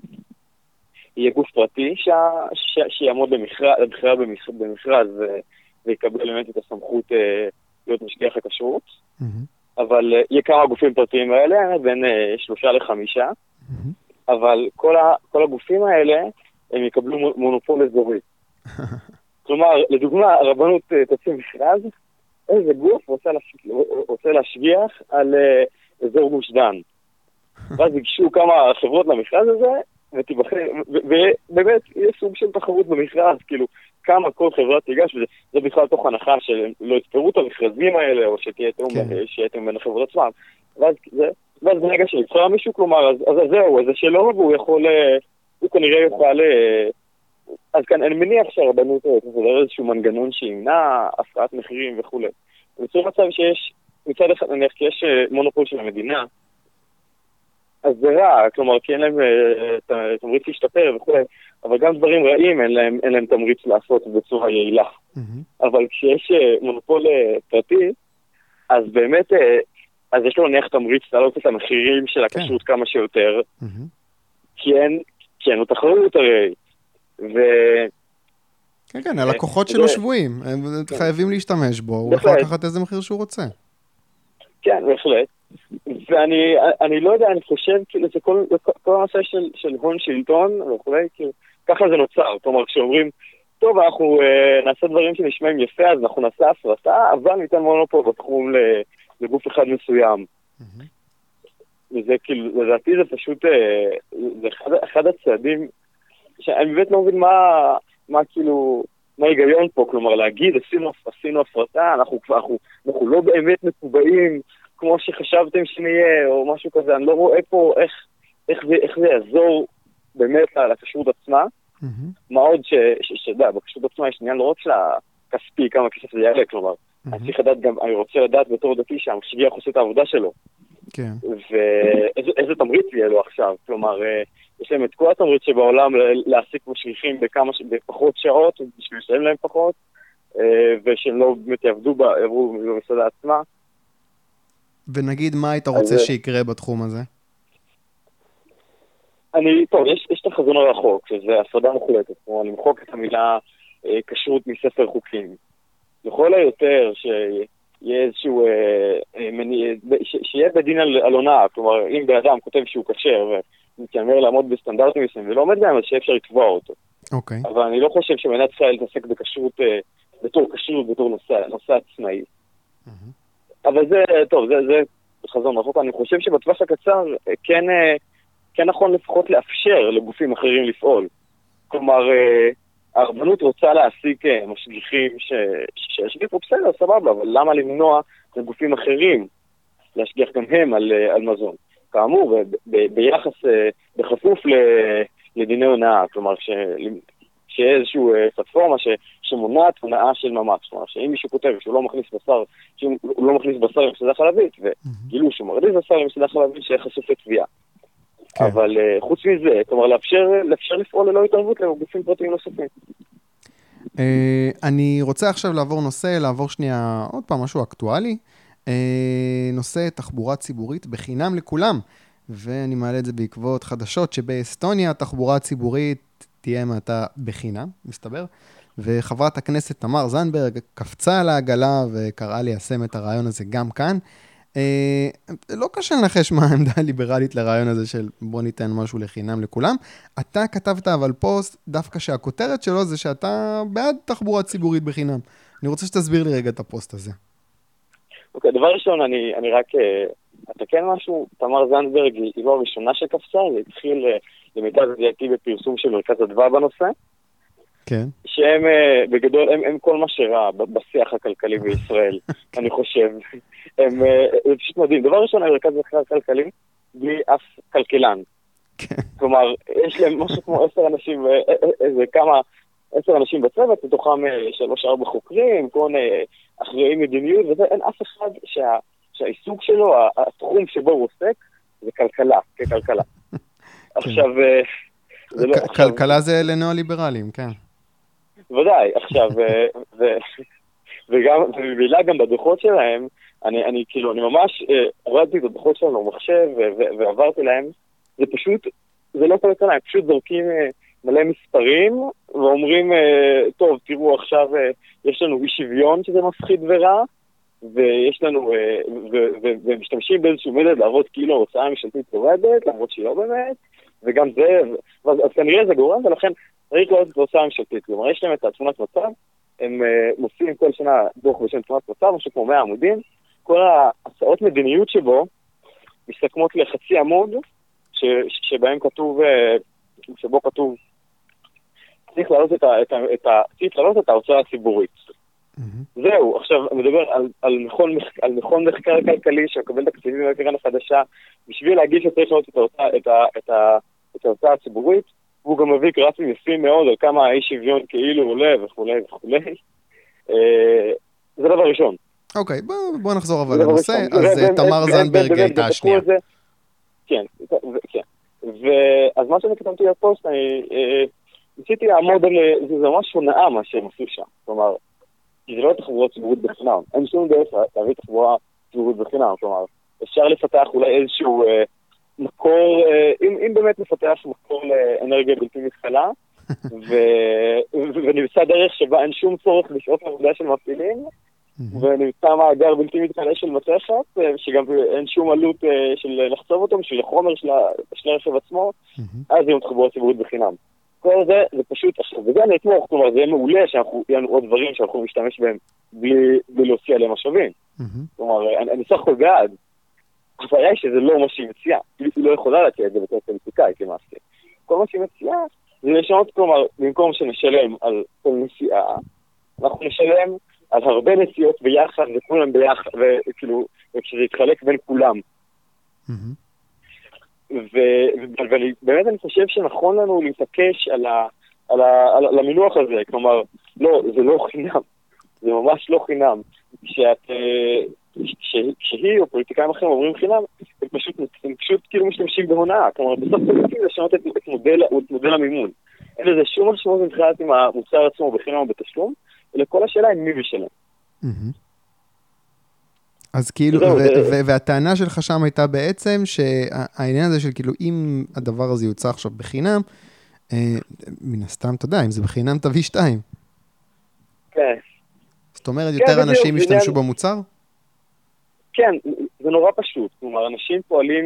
יהיה גוף פרטי ש... ש... שיעמוד במכרז, לבחירה במכרז, במכרז ו... ויקבל באמת את הסמכות אה, להיות משגיח הכשרות. Mm-hmm. אבל אה, יהיה כמה גופים פרטיים האלה, בין אה, שלושה לחמישה, mm-hmm. אבל כל, ה, כל הגופים האלה, הם יקבלו מונופול אזורי. כלומר, לדוגמה, הרבנות אה, תוציא מכרז, איזה גוף רוצה, לש... רוצה להשגיח על אה, אזור גוש דן. ואז ייגשו כמה חברות למכרז הזה, ותיבחר, ובאמת יהיה סוג של תחרות במכרז, כאילו, כמה כל חברה תיגש, וזה בכלל תוך הנחה שלא יתפרו את המכרזים האלה, או שתהיה תאום בין החברות עצמם. ואז ואז ברגע שיבחר מישהו, כלומר, אז, אז זהו, אז זה שלא, והוא יכול, הוא כנראה יוכל, אז כאן אני מניח שהרבנות זה לא איזשהו מנגנון שימנע הפרעת מחירים וכו'. ויצור מצב שיש, מצד אחד נניח כי יש מונופול של המדינה, אז זה רע, כלומר, כי אין להם uh, תמריץ להשתפר וכו', אבל גם דברים רעים אין להם, אין להם תמריץ לעשות בצורה יעילה. Mm-hmm. אבל כשיש uh, מונופול uh, פרטי, אז באמת, uh, אז יש לו נניח תמריץ להעלות את המחירים של הכשרות כן. כמה שיותר, mm-hmm. כי אין, כי אין לו תחרות הרי, ו... כן, כן, הלקוחות שלו שבויים, הם חייבים להשתמש בו, הוא יכול לקחת איזה מחיר שהוא רוצה. כן, בהחלט. ואני אני לא יודע, אני חושב, כאילו, זה כל, כל הנושא של, של הון שלטון, וכולי, כאילו, ככה זה נוצר. כלומר, כשאומרים, טוב, אנחנו אה, נעשה דברים שנשמעים יפה, אז אנחנו נעשה הפרטה, אבל ניתן מונופול בתחום לגוף אחד מסוים. Mm-hmm. וזה כאילו, לדעתי זה פשוט, אה, זה אחד, אחד הצעדים, שאני באמת לא מבין מה, מה כאילו, מה ההיגיון פה, כלומר, להגיד, עשינו, עשינו הפרטה, אנחנו, אנחנו, אנחנו לא באמת מקובעים, כמו שחשבתם שנהיה, או משהו כזה, אני לא רואה פה איך, איך זה, איך זה יעזור באמת לכשרות עצמה. Mm-hmm. מה עוד ש, ש, שדע, בכשרות עצמה יש עניין לא רק של הכספי, כמה כסף זה יעלה, כלומר, mm-hmm. אני צריך לדעת גם, אני רוצה לדעת בתור דתי שהמשגיח עושה את העבודה שלו. כן. ואיזה תמריץ יהיה לו עכשיו, כלומר, יש להם את כל התמריץ שבעולם להעסיק משגיחים בכמה, בפחות שעות, בשביל לשלם להם פחות, ושהם לא באמת יעבדו במסעדה עצמה. ונגיד, מה היית רוצה שיקרה בתחום הזה? אני, טוב, יש, יש את החזון הרחוק, שזה הפרדה מוחלטת, כלומר, למחוק את המילה אה, כשרות מספר חוקים. לכל היותר שיהיה איזשהו, אה, אה, מני, ש, שיהיה בדין על, על הונאה, כלומר, אם באדם כותב שהוא כשר ומתיימר לעמוד בסטנדרטים מסוימים, ולא עומד בהם, אז שאפשר לתבוע אותו. אוקיי. אבל אני לא חושב שמדינת ישראל תעסק בכשרות, אה, בתור כשרות, בתור נושא, נושא עצמאי. Mm-hmm. אבל זה, טוב, זה, זה חזון רחוק. אני חושב שבטווח הקצר כן, כן נכון לפחות לאפשר לגופים אחרים לפעול. כלומר, הרבנות רוצה להעסיק משגיחים שישגיחו בסדר, סבבה, אבל למה למנוע לגופים אחרים להשגיח גם הם על, על מזון? כאמור, ב, ב, ביחס, בכפוף לדיני הונאה, כלומר, ש... שיהיה איזושהי פלטפורמה ש, שמונעת הונאה של ממש. כלומר, שאם מישהו כותב שהוא לא מכניס בשר, שהוא לא מכניס בשר למסעדה חלבית, וגילו שהוא מרדיס בשר למסעדה חלבית, שיהיה חשוף לתביעה. כן. אבל uh, חוץ מזה, כלומר, לאפשר, לאפשר לפעול ללא התערבות לגופים פרטיים נוספים. Uh, אני רוצה עכשיו לעבור נושא, לעבור שנייה עוד פעם משהו אקטואלי. Uh, נושא תחבורה ציבורית בחינם לכולם. ואני מעלה את זה בעקבות חדשות שבאסטוניה תחבורה ציבורית תהיה מעתה בחינם, מסתבר. וחברת הכנסת תמר זנדברג קפצה על העגלה וקראה ליישם את הרעיון הזה גם כאן. אה, לא קשה לנחש מה העמדה הליברלית לרעיון הזה של בוא ניתן משהו לחינם לכולם. אתה כתבת אבל פוסט דווקא שהכותרת שלו זה שאתה בעד תחבורה ציבורית בחינם. אני רוצה שתסביר לי רגע את הפוסט הזה. אוקיי, דבר ראשון, אני, אני רק אתקן משהו. תמר זנדברג היא לא הראשונה שקפצה, זה התחיל למיטב ידיעתי בפרסום של מרכז אדווה בנושא. כן. שהם בגדול, הם, הם כל מה שרע בשיח הכלכלי בישראל, אני חושב. הם, זה פשוט מדהים. דבר ראשון, המרכז מחקר כלכלי, בלי אף כלכלן. כן. כלומר, יש להם משהו כמו עשר אנשים, איזה כמה, עשר אנשים בצוות, מתוכם שלוש ארבע חוקרים, כל אחראים מדיניות, וזה, אין אף אחד שה, שהעיסוק שלו, התחום שבו הוא עוסק, זה כלכלה, ככלכלה. עכשיו, זה לא... כלכלה זה לנאו-ליברלים, כן. ודאי, עכשיו, וגם, ובמילה גם בדוחות שלהם, אני, אני כאילו, אני ממש הורדתי את הדוחות שלהם למחשב ועברתי להם, זה פשוט, זה לא כלכלה, הם פשוט זורקים מלא מספרים, ואומרים, טוב, תראו עכשיו, יש לנו אי שוויון שזה מפחיד ורע, ויש לנו, ומשתמשים באיזשהו מדד לעבוד כאילו ההוצאה הממשלתית יורדת, למרות שהיא לא באמת, וגם זה, אז כנראה זה גורם, ולכן צריך לראות את ההוצאה הממשלתית. כלומר, יש להם את תמונת מצב, הם מוציאים כל שנה דוח בשם תמונת מצב, משהו כמו מאה עמודים, כל ההצעות מדיניות שבו מסתכמות לחצי עמוד, ש, שבהם כתוב, שבו כתוב, צריך להעלות את, ה, את, ה, את, ה, צריך להעלות את ההוצאה הציבורית. Mm-hmm. זהו, עכשיו מדבר על, על, מכון, על מכון מחקר כלכלי שמקבל תקציבים מהקרן החדשה, בשביל להגיד שצריך להעלות את ההוצאה, את ה, את ה, את ההוצאה הציבורית, והוא גם מביא גרפים יפים מאוד על כמה האי שוויון כאילו עולה וכו' וכו'. זה דבר ראשון. אוקיי, בואו נחזור אבל לנושא. אז תמר זנדברג הייתה השנייה. כן, כן. ואז מה שאני כתבתי בפוסט, אני ניסיתי לעמוד על זה, זה ממש הונאה מה שהם עשו שם. כלומר, זה לא תחבורה ציבורית בחינם. אין שום דרך להביא תחבורה ציבורית בחינם. כלומר, אפשר לפתח אולי איזשהו מקור, אם באמת לפתח מקור לאנרגיה בלתי מתכלה, ונמצא דרך שבה אין שום צורך בשעות העבודה של מפעילים, ונמצא מאגר בלתי מתכלה של מתכת, שגם אין שום עלות של לחצוב אותו, בשביל החומר של הרכב עצמו, אז יהיו תחבורה ציבורית בחינם. כל זה, זה פשוט, וזה אני אתמוך, כלומר, זה יהיה מעולה שאנחנו, יהיו לנו עוד דברים שאנחנו נשתמש בהם בלי להוציא עליהם משאבים. כלומר, אני סך הכל בעד, הבעיה היא שזה לא מה שהיא מציעה, היא לא יכולה להציע את זה בתור פוליטיקאי, כמעשה. כל מה שהיא מציעה, זה לשנות, כלומר, במקום שנשלם על כל נסיעה, אנחנו נשלם על הרבה נסיעות ביחד, וכולם ביחד, וכאילו, וכשזה יתחלק בין כולם. ובאמת אני חושב שנכון לנו להתעקש על המינוח הזה, כלומר, לא, זה לא חינם, זה ממש לא חינם. כשהיא או פוליטיקאים אחרים אומרים חינם, הם פשוט כאילו משתמשים בהונאה, כלומר, בסוף פוליטיקאים לשנות את מודל המימון. אין לזה שום משמעות מבחינת עם המוצר עצמו בחינם או בתשלום, אלא כל השאלה היא מי משלם. אז כאילו, והטענה שלך שם הייתה בעצם שהעניין הזה של כאילו, אם הדבר הזה יוצא עכשיו בחינם, מן הסתם, אתה יודע, אם זה בחינם תביא שתיים. כן. זאת אומרת, יותר אנשים ישתמשו במוצר? כן, זה נורא פשוט. כלומר, אנשים פועלים,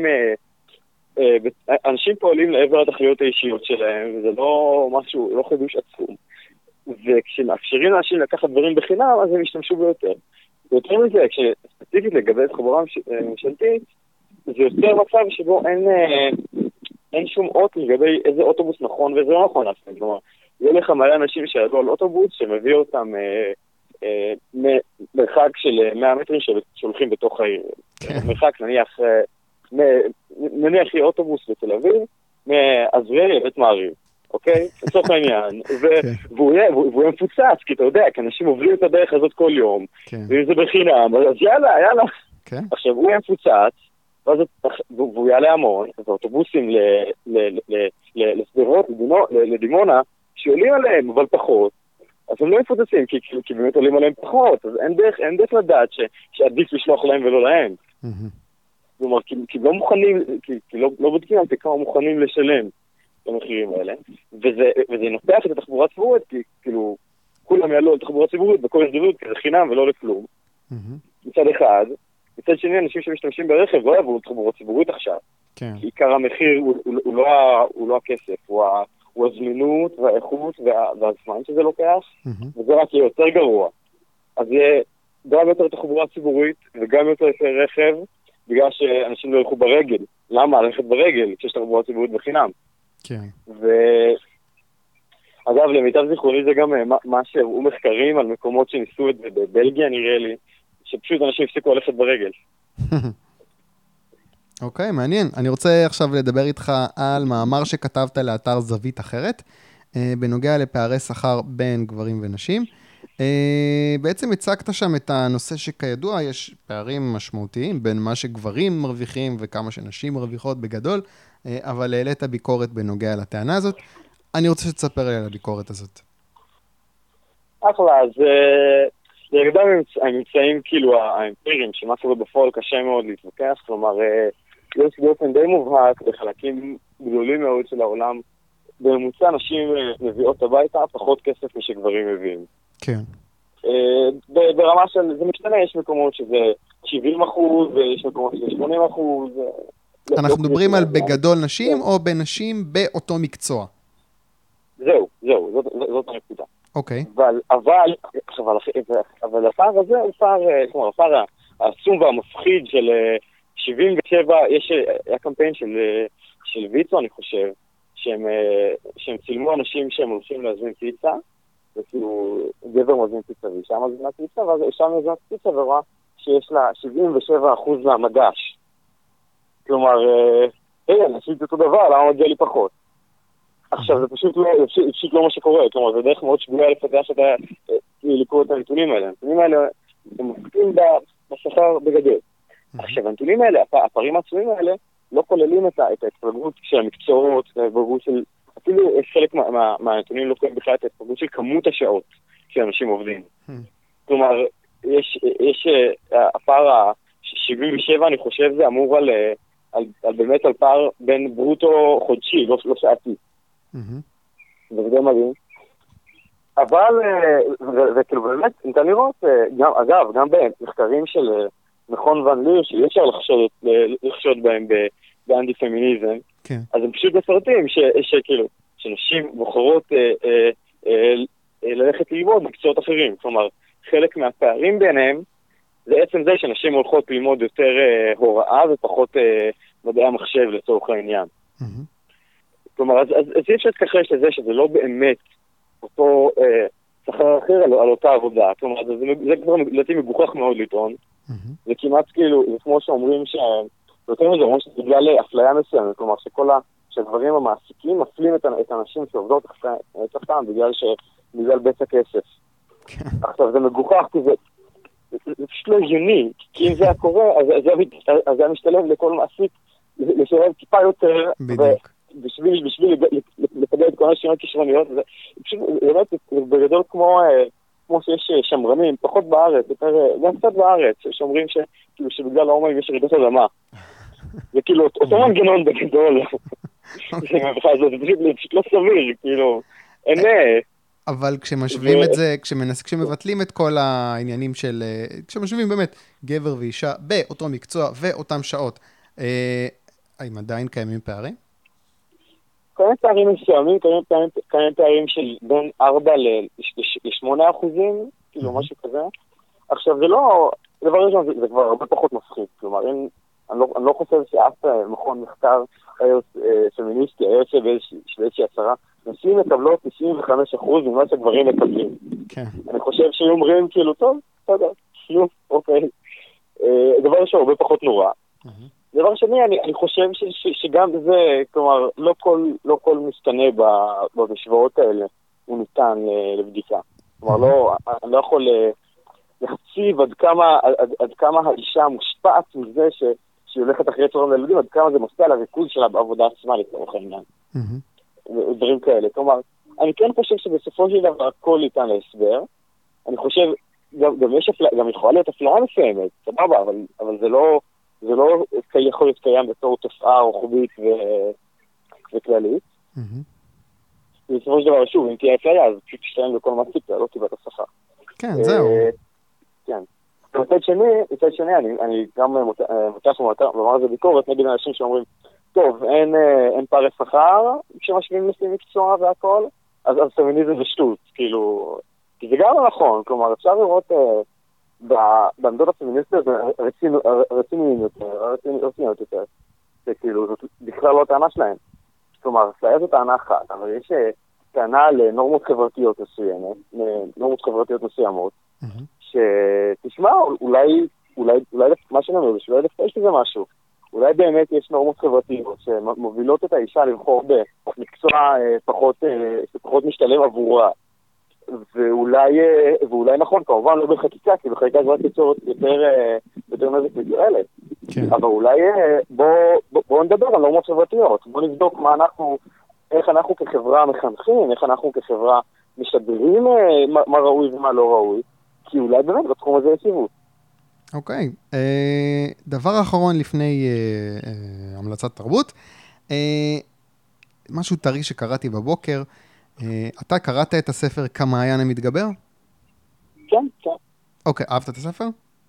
אנשים פועלים לעבר התכליות האישיות שלהם, וזה לא משהו, לא חידוש עצום. וכשמאפשרים לאנשים לקחת דברים בחינם, אז הם ישתמשו ביותר. ויותר מזה, כשספציפית לגבי תחבורה ממשלתית, זה יותר מצב שבו אין, אין שום אות לגבי איזה אוטובוס נכון ואיזה לא נכון לעשות. כלומר, יהיה לך מלא אנשים שיעדו על אוטובוס שמביא אותם אה, אה, מרחק של מאה מטרים שהולכים בתוך העיר. מרחק נניח, נניח יהיה אוטובוס בתל אביב, מעזריאלי לבית מעריב. אוקיי? בסוף העניין. והוא יהיה מפוצץ, כי אתה יודע, כי אנשים עוברים את הדרך הזאת כל יום, ואם זה בחינם, אז יאללה, יאללה. עכשיו, הוא יהיה מפוצץ, והוא יעלה המון, אז האוטובוסים לסדרות, לדימונה, שעולים עליהם, אבל פחות, אז הם לא מפוצצים, כי באמת עולים עליהם פחות, אז אין דרך לדעת שעדיף לשלוח להם ולא להם. כלומר, כי לא מוכנים, כי לא בודקים על כמה מוכנים לשלם. המחירים האלה, וזה, וזה נופח את התחבורה הציבורית, כי כאילו, כולם יעלו על תחבורה ציבורית בכל הזדמנות, כי זה חינם ולא לכלום. מצד אחד, מצד שני, אנשים שמשתמשים ברכב לא יעברו תחבורה ציבורית עכשיו. כי עיקר המחיר הוא, הוא, הוא, לא, הוא לא הכסף, הוא, הוא הזמינות והאיכות וה, והזמן שזה לוקח, וזה רק יהיה יותר גרוע. אז יהיה גם יותר תחבורה ציבורית וגם יותר רכב, בגלל שאנשים לא ילכו ברגל. למה? ללכת ברגל כשיש תחבורה ציבורית בחינם. כן. ואגב, למיטב זיכרוני זה גם מה שהראו מחקרים על מקומות שניסו את זה בבלגיה, נראה לי, שפשוט אנשים הפסיקו ללכת ברגל. אוקיי, מעניין. אני רוצה עכשיו לדבר איתך על מאמר שכתבת לאתר זווית אחרת, בנוגע לפערי שכר בין גברים ונשים. בעצם הצגת שם את הנושא שכידוע יש פערים משמעותיים בין מה שגברים מרוויחים וכמה שנשים מרוויחות בגדול, אבל העלית ביקורת בנוגע לטענה הזאת. אני רוצה שתספר לי על הביקורת הזאת. אחלה, אז לגבי הממצאים כאילו האמפיריים, שמה קורה בפועל קשה מאוד להתווכח, כלומר, יש באופן די מובהק בחלקים גדולים מאוד של העולם, בממוצע נשים מביאות הביתה פחות כסף משגברים מביאים. כן. ברמה של, זה משתנה, יש מקומות שזה שבעים אחוז, ויש מקומות שזה שמונים אחוז. אנחנו מדברים על בגדול נשים, או בנשים באותו מקצוע? זהו, זהו, זאת הנקודה. אוקיי. אבל, אבל, אבל הפער הזה הוא פער, כלומר, הפער העצום והמפחיד של שבעים ושבע, יש, היה קמפיין של, של ויצו, אני חושב, שהם, שהם צילמו אנשים שהם הולכים להזמין פיצה, וכאילו גבר מזמין פיצה, ואישה מזמינה פיצה, ואז אישה מזמינה פיצה ורואה שיש לה שבעים ושבע אחוז מהמגש. כלומר, היי, אני עשיתי אותו דבר, למה מגיע לי פחות? עכשיו, זה פשוט לא, פשוט לא מה שקורה, כלומר, זה דרך מאוד שגויה לפתח שאתה לקרוא את הנתונים האלה. הנתונים האלה, הם מפתים בשכר בגדול. עכשיו, הנתונים האלה, הפערים העצומים האלה, לא כוללים את ההתפלגות של המקצועות, ההתפלגות של, אפילו חלק מהנתונים לא כולל בכלל את ההתפלגות של כמות השעות שאנשים עובדים. כלומר, יש, יש, הפער ה-שבעים ושבע, אני חושב, זה אמור על, על, על באמת על פער בין ברוטו חודשי, לא, לא שעתי. וזה די מדהים. אבל, וכאילו באמת, ניתן לראות, גם, אגב, גם במחקרים של מכון ון ליר, שאי אפשר לחשוד, לחשוד בהם באנטי פמיניזם, כן. אז הם פשוט מפרטים ש, שכאילו, שנשים בוחרות אה, אה, אה, אה, ללכת ללמוד מקצועות אחרים. כלומר, חלק מהפערים ביניהם, זה עצם זה שנשים הולכות ללמוד יותר אה, הוראה ופחות אה, מדעי המחשב לצורך העניין. Mm-hmm. כלומר, אז, אז, אז אי אפשר להתכחש לזה שזה לא באמת אותו אה, שכר אחר על, על אותה עבודה. כלומר, זה, זה, זה כבר לדעתי מגוחך מאוד לטעון. Mm-hmm. זה כמעט כאילו, זה כמו שאומרים ש... יותר מזה, אומרים שזה בגלל אפליה מסוימת. כלומר, שכל ה... שהדברים המעסיקים מפלים את, את האנשים שעובדות תחתם בגלל ש... בגלל בית הכסף. כן. עכשיו, זה מגוחך כי זה... זה פשוט לא הגיוני, כי אם זה היה קורה, אז זה היה משתלב לכל מעסיק לשלב טיפה יותר, בדיוק. בשביל, בשביל לקבל את כל השינוי הכישרוניות, זה פשוט, באמת, בגדול כמו, כמו שיש שמרנים, פחות בארץ, יותר, גם קצת בארץ, שאומרים ש, כאילו, שבגלל ההומואים יש רעידות אדמה. זה כאילו, אותו מנגנון בגדול. זה פשוט לא סביר, כאילו, אין... אבל כשמשווים את זה, כשמבטלים את כל העניינים של, כשמשווים באמת גבר ואישה באותו מקצוע ואותם שעות, האם עדיין קיימים פערים? קיימים פערים מסוימים, קיימים פערים של בין ארבע לשמונה אחוזים, כאילו משהו כזה. עכשיו זה לא, דבר ראשון זה כבר הרבה פחות מפחיד, כלומר אני לא חושב שאף מכון מחקר פמיניסטי היה יוצא באיזושהי הצהרה, נשים מקבלות תשעים וחמישה אחוז ממה שגברים מקבלים. כן. אני חושב שהיו אומרים כאילו, טוב, בסדר, שוב, אוקיי. דבר ראשון, הרבה פחות נורא. דבר שני, אני, אני חושב ש, ש, שגם זה, כלומר, לא כל, לא כל משתנה במשוואות האלה הוא ניתן לבדיקה. כלומר, לא, אני לא יכול להציב עד כמה, עד, עד כמה האישה מושפעת מזה ש, שהיא הולכת אחרי צהריים לילדים, עד כמה זה משפיע על הריכוז שלה בעבודה עצמה לצורך העניין. ודברים כאלה. כלומר, אני כן חושב שבסופו של דבר הכל ניתן להסבר. אני חושב, גם, גם, יש אפלה, גם יכולה להיות אפליה מסוימת, סבבה, אבל, אבל זה לא, זה לא יכול להיות קיים בתור תופעה רוחבית ו... וכללית. בסופו של דבר, שוב, אם תהיה אפליה, אז פשוט תשתלם בכל מעסיק, זה לא קיבל את השכר. כן, זהו. כן. מצד שני, מצד שני, אני, אני גם מותח לומר איזה ביקורת נגד אנשים שאומרים, טוב, אין, אין פערי שכר כשמשווים נושאים מקצוע והכל, אז, אז פמיניזם זה שטות, כאילו, כי זה גם לא נכון, כלומר, אפשר לראות אה, בעמדות הפמיניסטיות רציניים יותר, רציניות יותר, שכאילו, זאת בכלל לא טענה שלהם. כלומר, זה זו טענה אחת, אבל יש טענה לנורמות חברתיות מסוימת, נורמות חברתיות מסוימות, שתשמע, אולי, אולי, אולי, מה שאני אומר, שאולי דווקא יש לזה משהו. אולי באמת יש נורמות חברתיות שמובילות את האישה לבחור במקצוע פחות, פחות משתלם עבורה. ואולי, ואולי נכון, כמובן לא בחקיקה, כי בחקיקה זה רק יצור יותר, יותר נזק מתועלת. כן. אבל אולי בוא, בוא, בוא נדבר על נורמות חברתיות. בוא נבדוק מה אנחנו, איך אנחנו כחברה מחנכים, איך אנחנו כחברה משדרים מה, מה ראוי ומה לא ראוי. כי אולי באמת בתחום הזה יש סיבות. אוקיי. דבר אחרון לפני המלצת תרבות. משהו טרי שקראתי בבוקר. אתה קראת את הספר כמעיין המתגבר? כן, כן. אוקיי, אהבת את הספר?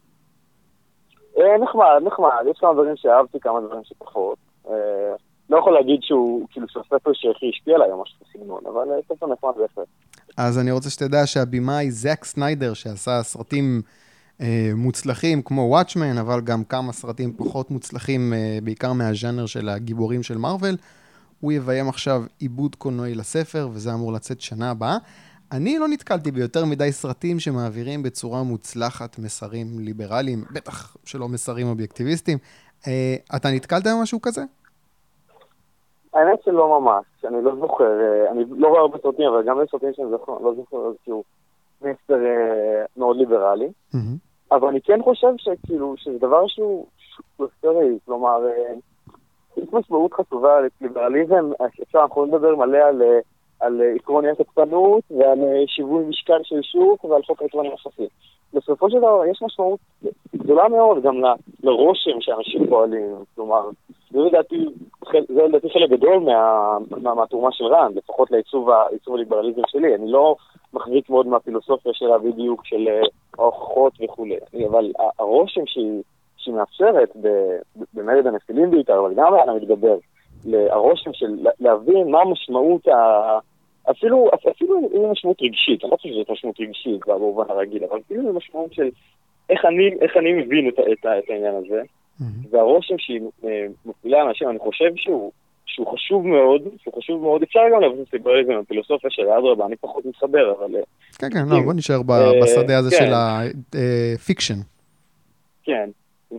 נחמד, נחמד. יש כמה דברים שאהבתי, כמה דברים שפחות. לא יכול להגיד שהוא, כאילו, שהספר שהכי השפיע עליי או משהו בסגנון, אבל ספר נחמד בספר. אז אני רוצה שתדע שהבימאי זאק סניידר, שעשה סרטים אה, מוצלחים כמו וואטשמן, אבל גם כמה סרטים פחות מוצלחים, אה, בעיקר מהז'אנר של הגיבורים של מארוול, הוא יביים עכשיו עיבוד קולנועי לספר, וזה אמור לצאת שנה הבאה. אני לא נתקלתי ביותר מדי סרטים שמעבירים בצורה מוצלחת מסרים ליברליים, בטח שלא מסרים אובייקטיביסטיים. אה, אתה נתקלת במשהו כזה? האמת שלא ממש, שאני לא זוכר, אני לא רואה הרבה סרטים, אבל גם בסרטים שאני לא זוכר איזשהו מסר מאוד ליברלי. אבל אני כן חושב שכאילו, שזה דבר שהוא אסטרי, כלומר, יש משמעות חשובה לליברליזם, אפשר אנחנו נדבר מלא על, על עקרון התוקפנות ועל שיווי משקל של שוק ועל חוק רצוני יחסי. בסופו של דבר יש משמעות גדולה מאוד גם ל, לרושם שאנשים פועלים, כלומר, זה לדעתי, זה לדעתי חלק גדול מה, מה, מהתרומה של רנד, לפחות לעיצוב הליברליזם שלי. אני לא מחזיק מאוד מהפילוסופיה שלה בדיוק של ההוכחות וכו'. אבל הרושם שהיא שהיא מאפשרת במרד הנפילים בעיקר, אבל גם היה מתגבר, הרושם של להבין מה המשמעות, אפילו, אפילו עם משמעות רגשית, אני לא חושב שזאת משמעות רגשית במובן הרגיל, אבל אפילו עם משמעות של איך אני, איך אני מבין את, את, את העניין הזה, והרושם שהיא מפעילה אנשים, אני חושב שהוא, שהוא חשוב מאוד, שהוא חשוב מאוד, אפשר גם לבסס ליברליזם הפילוסופיה של אדרבה, אני פחות מתחבר, אבל... כן, כן, לא, בוא נשאר בשדה הזה של הפיקשן. כן.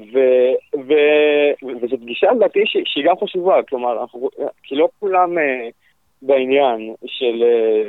וזאת גישה לדעתי שהיא גם חשובה, כלומר, כי לא כולם בעניין של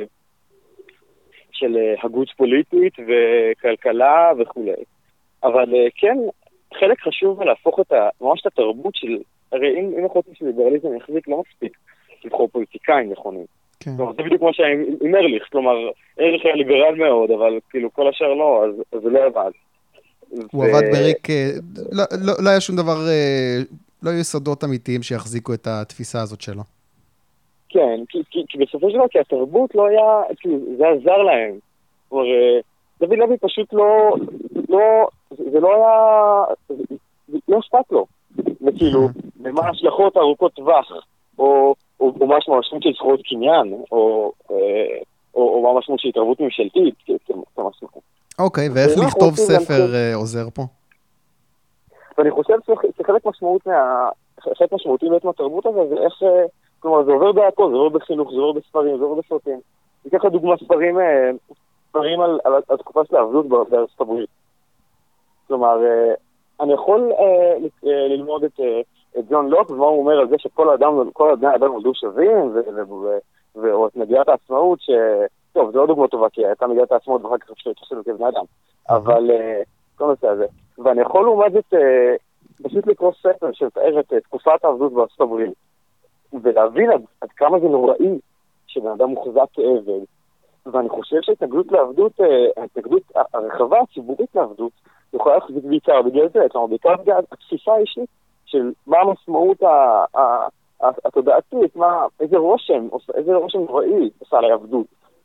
של הגות פוליטית וכלכלה וכו'. אבל כן, חלק חשוב להפוך את ממש את התרבות של, הרי אם אנחנו רוצים שליברליזם יחזיק לא מספיק לבחור פוליטיקאים נכונים. כלומר, זה בדיוק כמו שהיה עם ארליך, כלומר, ארליך היה ליברל מאוד, אבל כאילו כל השאר לא, אז זה לא עבד. הוא עבד בריק, לא היה שום דבר, לא היו יסודות אמיתיים שיחזיקו את התפיסה הזאת שלו. כן, כי בסופו של דבר, כי התרבות לא היה, זה עזר להם. כלומר, דוד לוי פשוט לא, זה לא היה, לא אכפת לו. וכאילו, במה ההשלכות ארוכות טווח, או מה המשמעות של זכויות קניין, או מה המשמעות של התערבות ממשלתית, כמשמעות. אוקיי, ואיך לכתוב ספר עוזר פה? ואני חושב שחלק משמעות מה... חלק משמעותי בעצם התרבות הזה, זה איך... כלומר, זה עובר בהכל, זה עובר בחינוך, זה עובר בספרים, זה עובר בסרטים. אני אקח לדוגמה ספרים, ספרים על, על התקופה של העבדות בארצות הברית. כלומר, אני יכול ללמוד את, את ג'ון לוק, ומה הוא אומר על זה שכל האדם, כל האדם אדם נולדו שווים, או את מגיעת העצמאות, ש... טוב, זה לא דוגמה טובה, כי הייתה מגיעת העצמאות, ואחר כך אפשר להתחשב כבני אדם. אבל, כל נושא הזה. ואני יכול לעומד את, פשוט לקרוא ספר שמתאר את תקופת העבדות בארצות הברית, ולהבין עד, עד כמה זה נוראי שבן אדם מוחזק כעבד. ואני חושב שההתנגדות לעבדות, ההתנגדות הרחבה הציבורית לעבדות, יכולה להחזיק בעיקר בגלל זה, כלומר, בעיקר בגלל התפיסה האישית של מה המשמעות התודעתית, מה, איזה רושם, איזה רושם נוראי עושה על העבדות.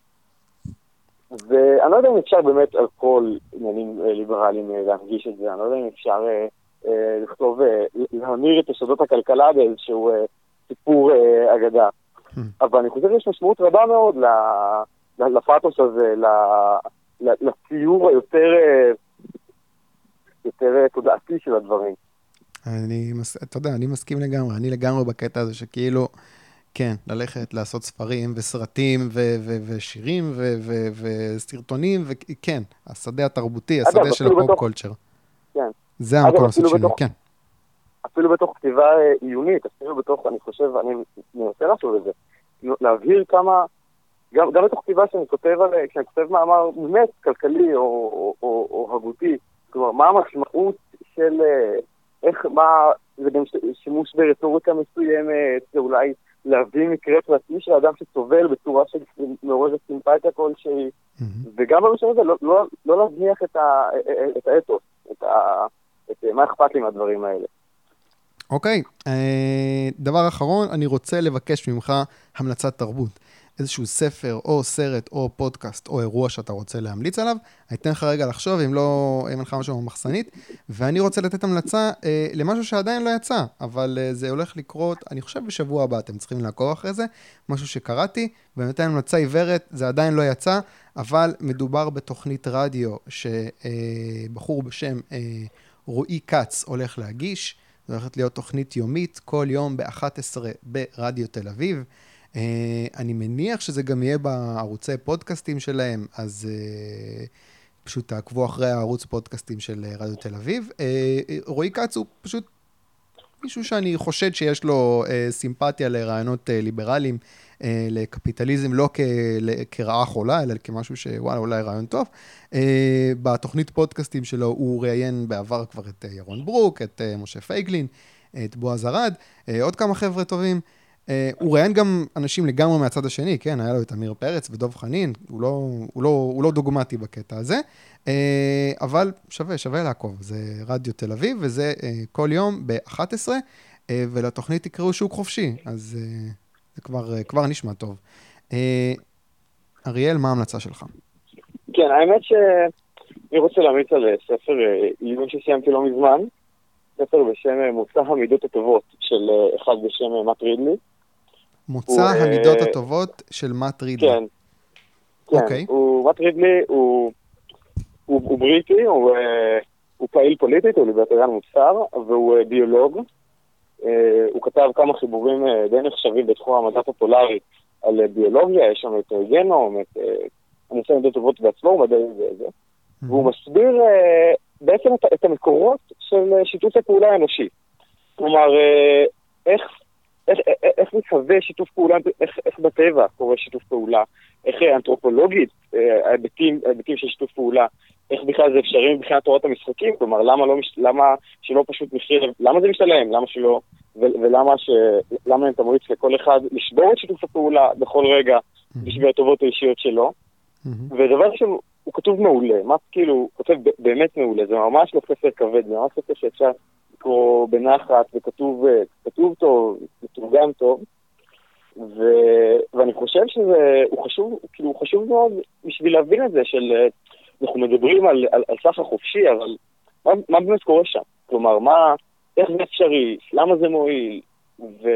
ואני לא יודע אם אפשר באמת על כל עניינים ליברליים להרגיש את זה, אני לא יודע אם אפשר לכתוב, להמיר את יסודות הכלכלה באיזשהו סיפור אגדה. אבל אני חושב שיש משמעות רבה מאוד לפאתוס הזה, לציור היותר יותר תודעתי של הדברים. אני, אתה יודע, אני מסכים לגמרי, אני לגמרי בקטע הזה שכאילו, כן, ללכת לעשות ספרים וסרטים ושירים וסרטונים, וכן, השדה התרבותי, השדה של הפופ קולצ'ר. כן. זה המקום לעשות שינוי, כן. אפילו בתוך כתיבה עיונית, אפילו בתוך, אני חושב, אני מנסה לעשות את זה, להבהיר כמה, גם, גם בתוך כתיבה שאני כותב על, כשאני כותב מאמר באמת כלכלי או, או, או, או הגותי, כלומר, מה המשמעות של, איך, מה, זה גם שימוש ברטוריקה מסוימת, זה אולי להביא מקרה פרטי של אדם שסובל בצורה של מעוררת סימפתיה כלשהי, mm-hmm. וגם בראשון הזה, לא, לא, לא להזניח את, ה, את האתוס, את, ה, את מה אכפת לי מהדברים האלה. אוקיי, דבר אחרון, אני רוצה לבקש ממך המלצת תרבות. איזשהו ספר או סרט או פודקאסט או אירוע שאתה רוצה להמליץ עליו. אני אתן לך רגע לחשוב אם לא, אם לך משהו במחסנית, ואני רוצה לתת המלצה אה, למשהו שעדיין לא יצא, אבל אה, זה הולך לקרות, אני חושב בשבוע הבא, אתם צריכים לעקוב אחרי זה, משהו שקראתי, ונתן המלצה עיוורת, זה עדיין לא יצא, אבל מדובר בתוכנית רדיו שבחור בשם אה, רועי קץ הולך להגיש, זו הולכת להיות תוכנית יומית, כל יום ב-אחת עשרה ברדיו תל אביב. Uh, אני מניח שזה גם יהיה בערוצי פודקאסטים שלהם, אז uh, פשוט תעקבו אחרי הערוץ פודקאסטים של רדיו תל אביב. Uh, רועי קץ הוא פשוט מישהו שאני חושד שיש לו uh, סימפתיה לרעיונות uh, ליברליים, uh, לקפיטליזם, לא כ- כרעה חולה, אלא כמשהו שוואלה, אולי רעיון טוב. Uh, בתוכנית פודקאסטים שלו הוא ראיין בעבר כבר את uh, ירון ברוק, את uh, משה פייגלין, את בועז ארד, עוד כמה חבר'ה טובים. הוא ראיין גם אנשים לגמרי מהצד השני, כן, היה לו את אמיר פרץ ודוב חנין, הוא לא, הוא לא, הוא לא דוגמטי בקטע הזה, אבל שווה, שווה לעקוב, זה רדיו תל אביב, וזה כל יום ב-אחת עשרה, ולתוכנית תקראו שוק חופשי, אז זה כבר, כבר נשמע טוב. אריאל, מה ההמלצה שלך? כן, האמת שאני רוצה להמליץ על ספר עיון שסיימתי לא מזמן, ספר בשם מוצא המידות הטובות של אחד בשם מאט רידלי. מוצא המידות הטובות של מאט רידלי. כן, כן. מאט רידלי הוא בריטי, הוא פעיל פוליטית, הוא ליברטריאן מוצר, והוא ביולוג. הוא כתב כמה חיבורים די נחשבים בתחום המדע הפופולרי על ביולוגיה, יש שם את גנום, את מוצא המידות הטובות בעצמו, הוא מדעי וזה. והוא מסביר בעצם את המקורות של שיתוף הפעולה האנושי. כלומר, איך, איך, איך מתהווה שיתוף פעולה, איך, איך בטבע קורה שיתוף פעולה, איך אנתרופולוגית, ההיבטים, ההיבטים של שיתוף פעולה, איך בכלל זה אפשרי מבחינת תורת המשחקים, כלומר, למה, לא, למה שלא פשוט מחיר, למה זה משתלם, למה שלא, ולמה ש, למה אין תמריץ לכל אחד לשבור את שיתוף הפעולה בכל רגע, בשביל הטובות האישיות שלו. ודבר שהוא הוא כתוב מעולה, מה כאילו, הוא כותב באמת מעולה, זה ממש לא ספר כבד, זה ממש ספר שאפשר לקרוא בנחת, וכתוב כתוב טוב, מתורגם טוב, ו... ואני חושב שזה, הוא חשוב, כאילו, הוא חשוב מאוד בשביל להבין את זה, של, אנחנו מדברים על, על, על סך החופשי, אבל מה, מה באמת קורה שם? כלומר, מה, איך זה אפשרי, למה זה מועיל, ו...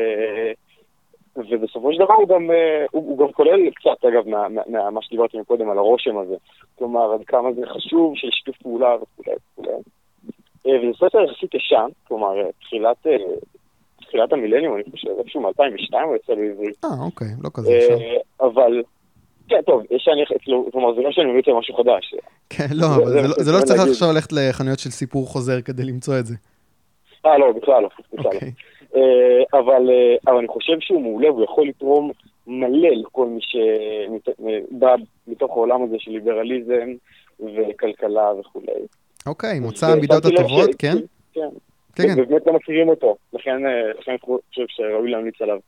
ובסופו של דבר הוא גם, הוא, הוא גם כולל קצת, אגב, מה, מה, מה שדיברתי מקודם על הרושם הזה. כלומר, עד כמה זה חשוב של שיתוף פעולה וכו' וכו'. וזה ספר יחסית ישן, כלומר, תחילת, תחילת המילניום, אני חושב, איפשהו מ-אלפיים ושתיים הוא יצא בעברית. אה, אוקיי, לא כזה ישן. אבל, כן, טוב, ישן, כלומר, זה לא שאני מביא את זה משהו חדש. כן, לא, אבל זה, זה, זה לא שצריך עכשיו ללכת לחנויות של סיפור חוזר כדי למצוא את זה. אה, לא, בכלל לא, בכלל לא. אבל, אבל אני חושב שהוא מעולה, הוא יכול לתרום מלא לכל מי שבא מתוך העולם הזה של ליברליזם וכלכלה וכו'. אוקיי, מוצא המידות הטובות, כן? כן, ובאמת לא מכירים אותו, לכן אני חושב שראוי להמליץ עליו.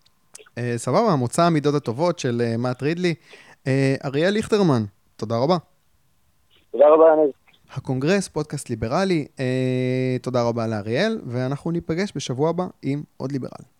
סבבה, מוצא המידות הטובות של מאט רידלי. אריאל ליכטרמן, תודה רבה. תודה רבה, ענז. הקונגרס, פודקאסט ליברלי, אה, תודה רבה לאריאל, ואנחנו ניפגש בשבוע הבא עם עוד ליברל.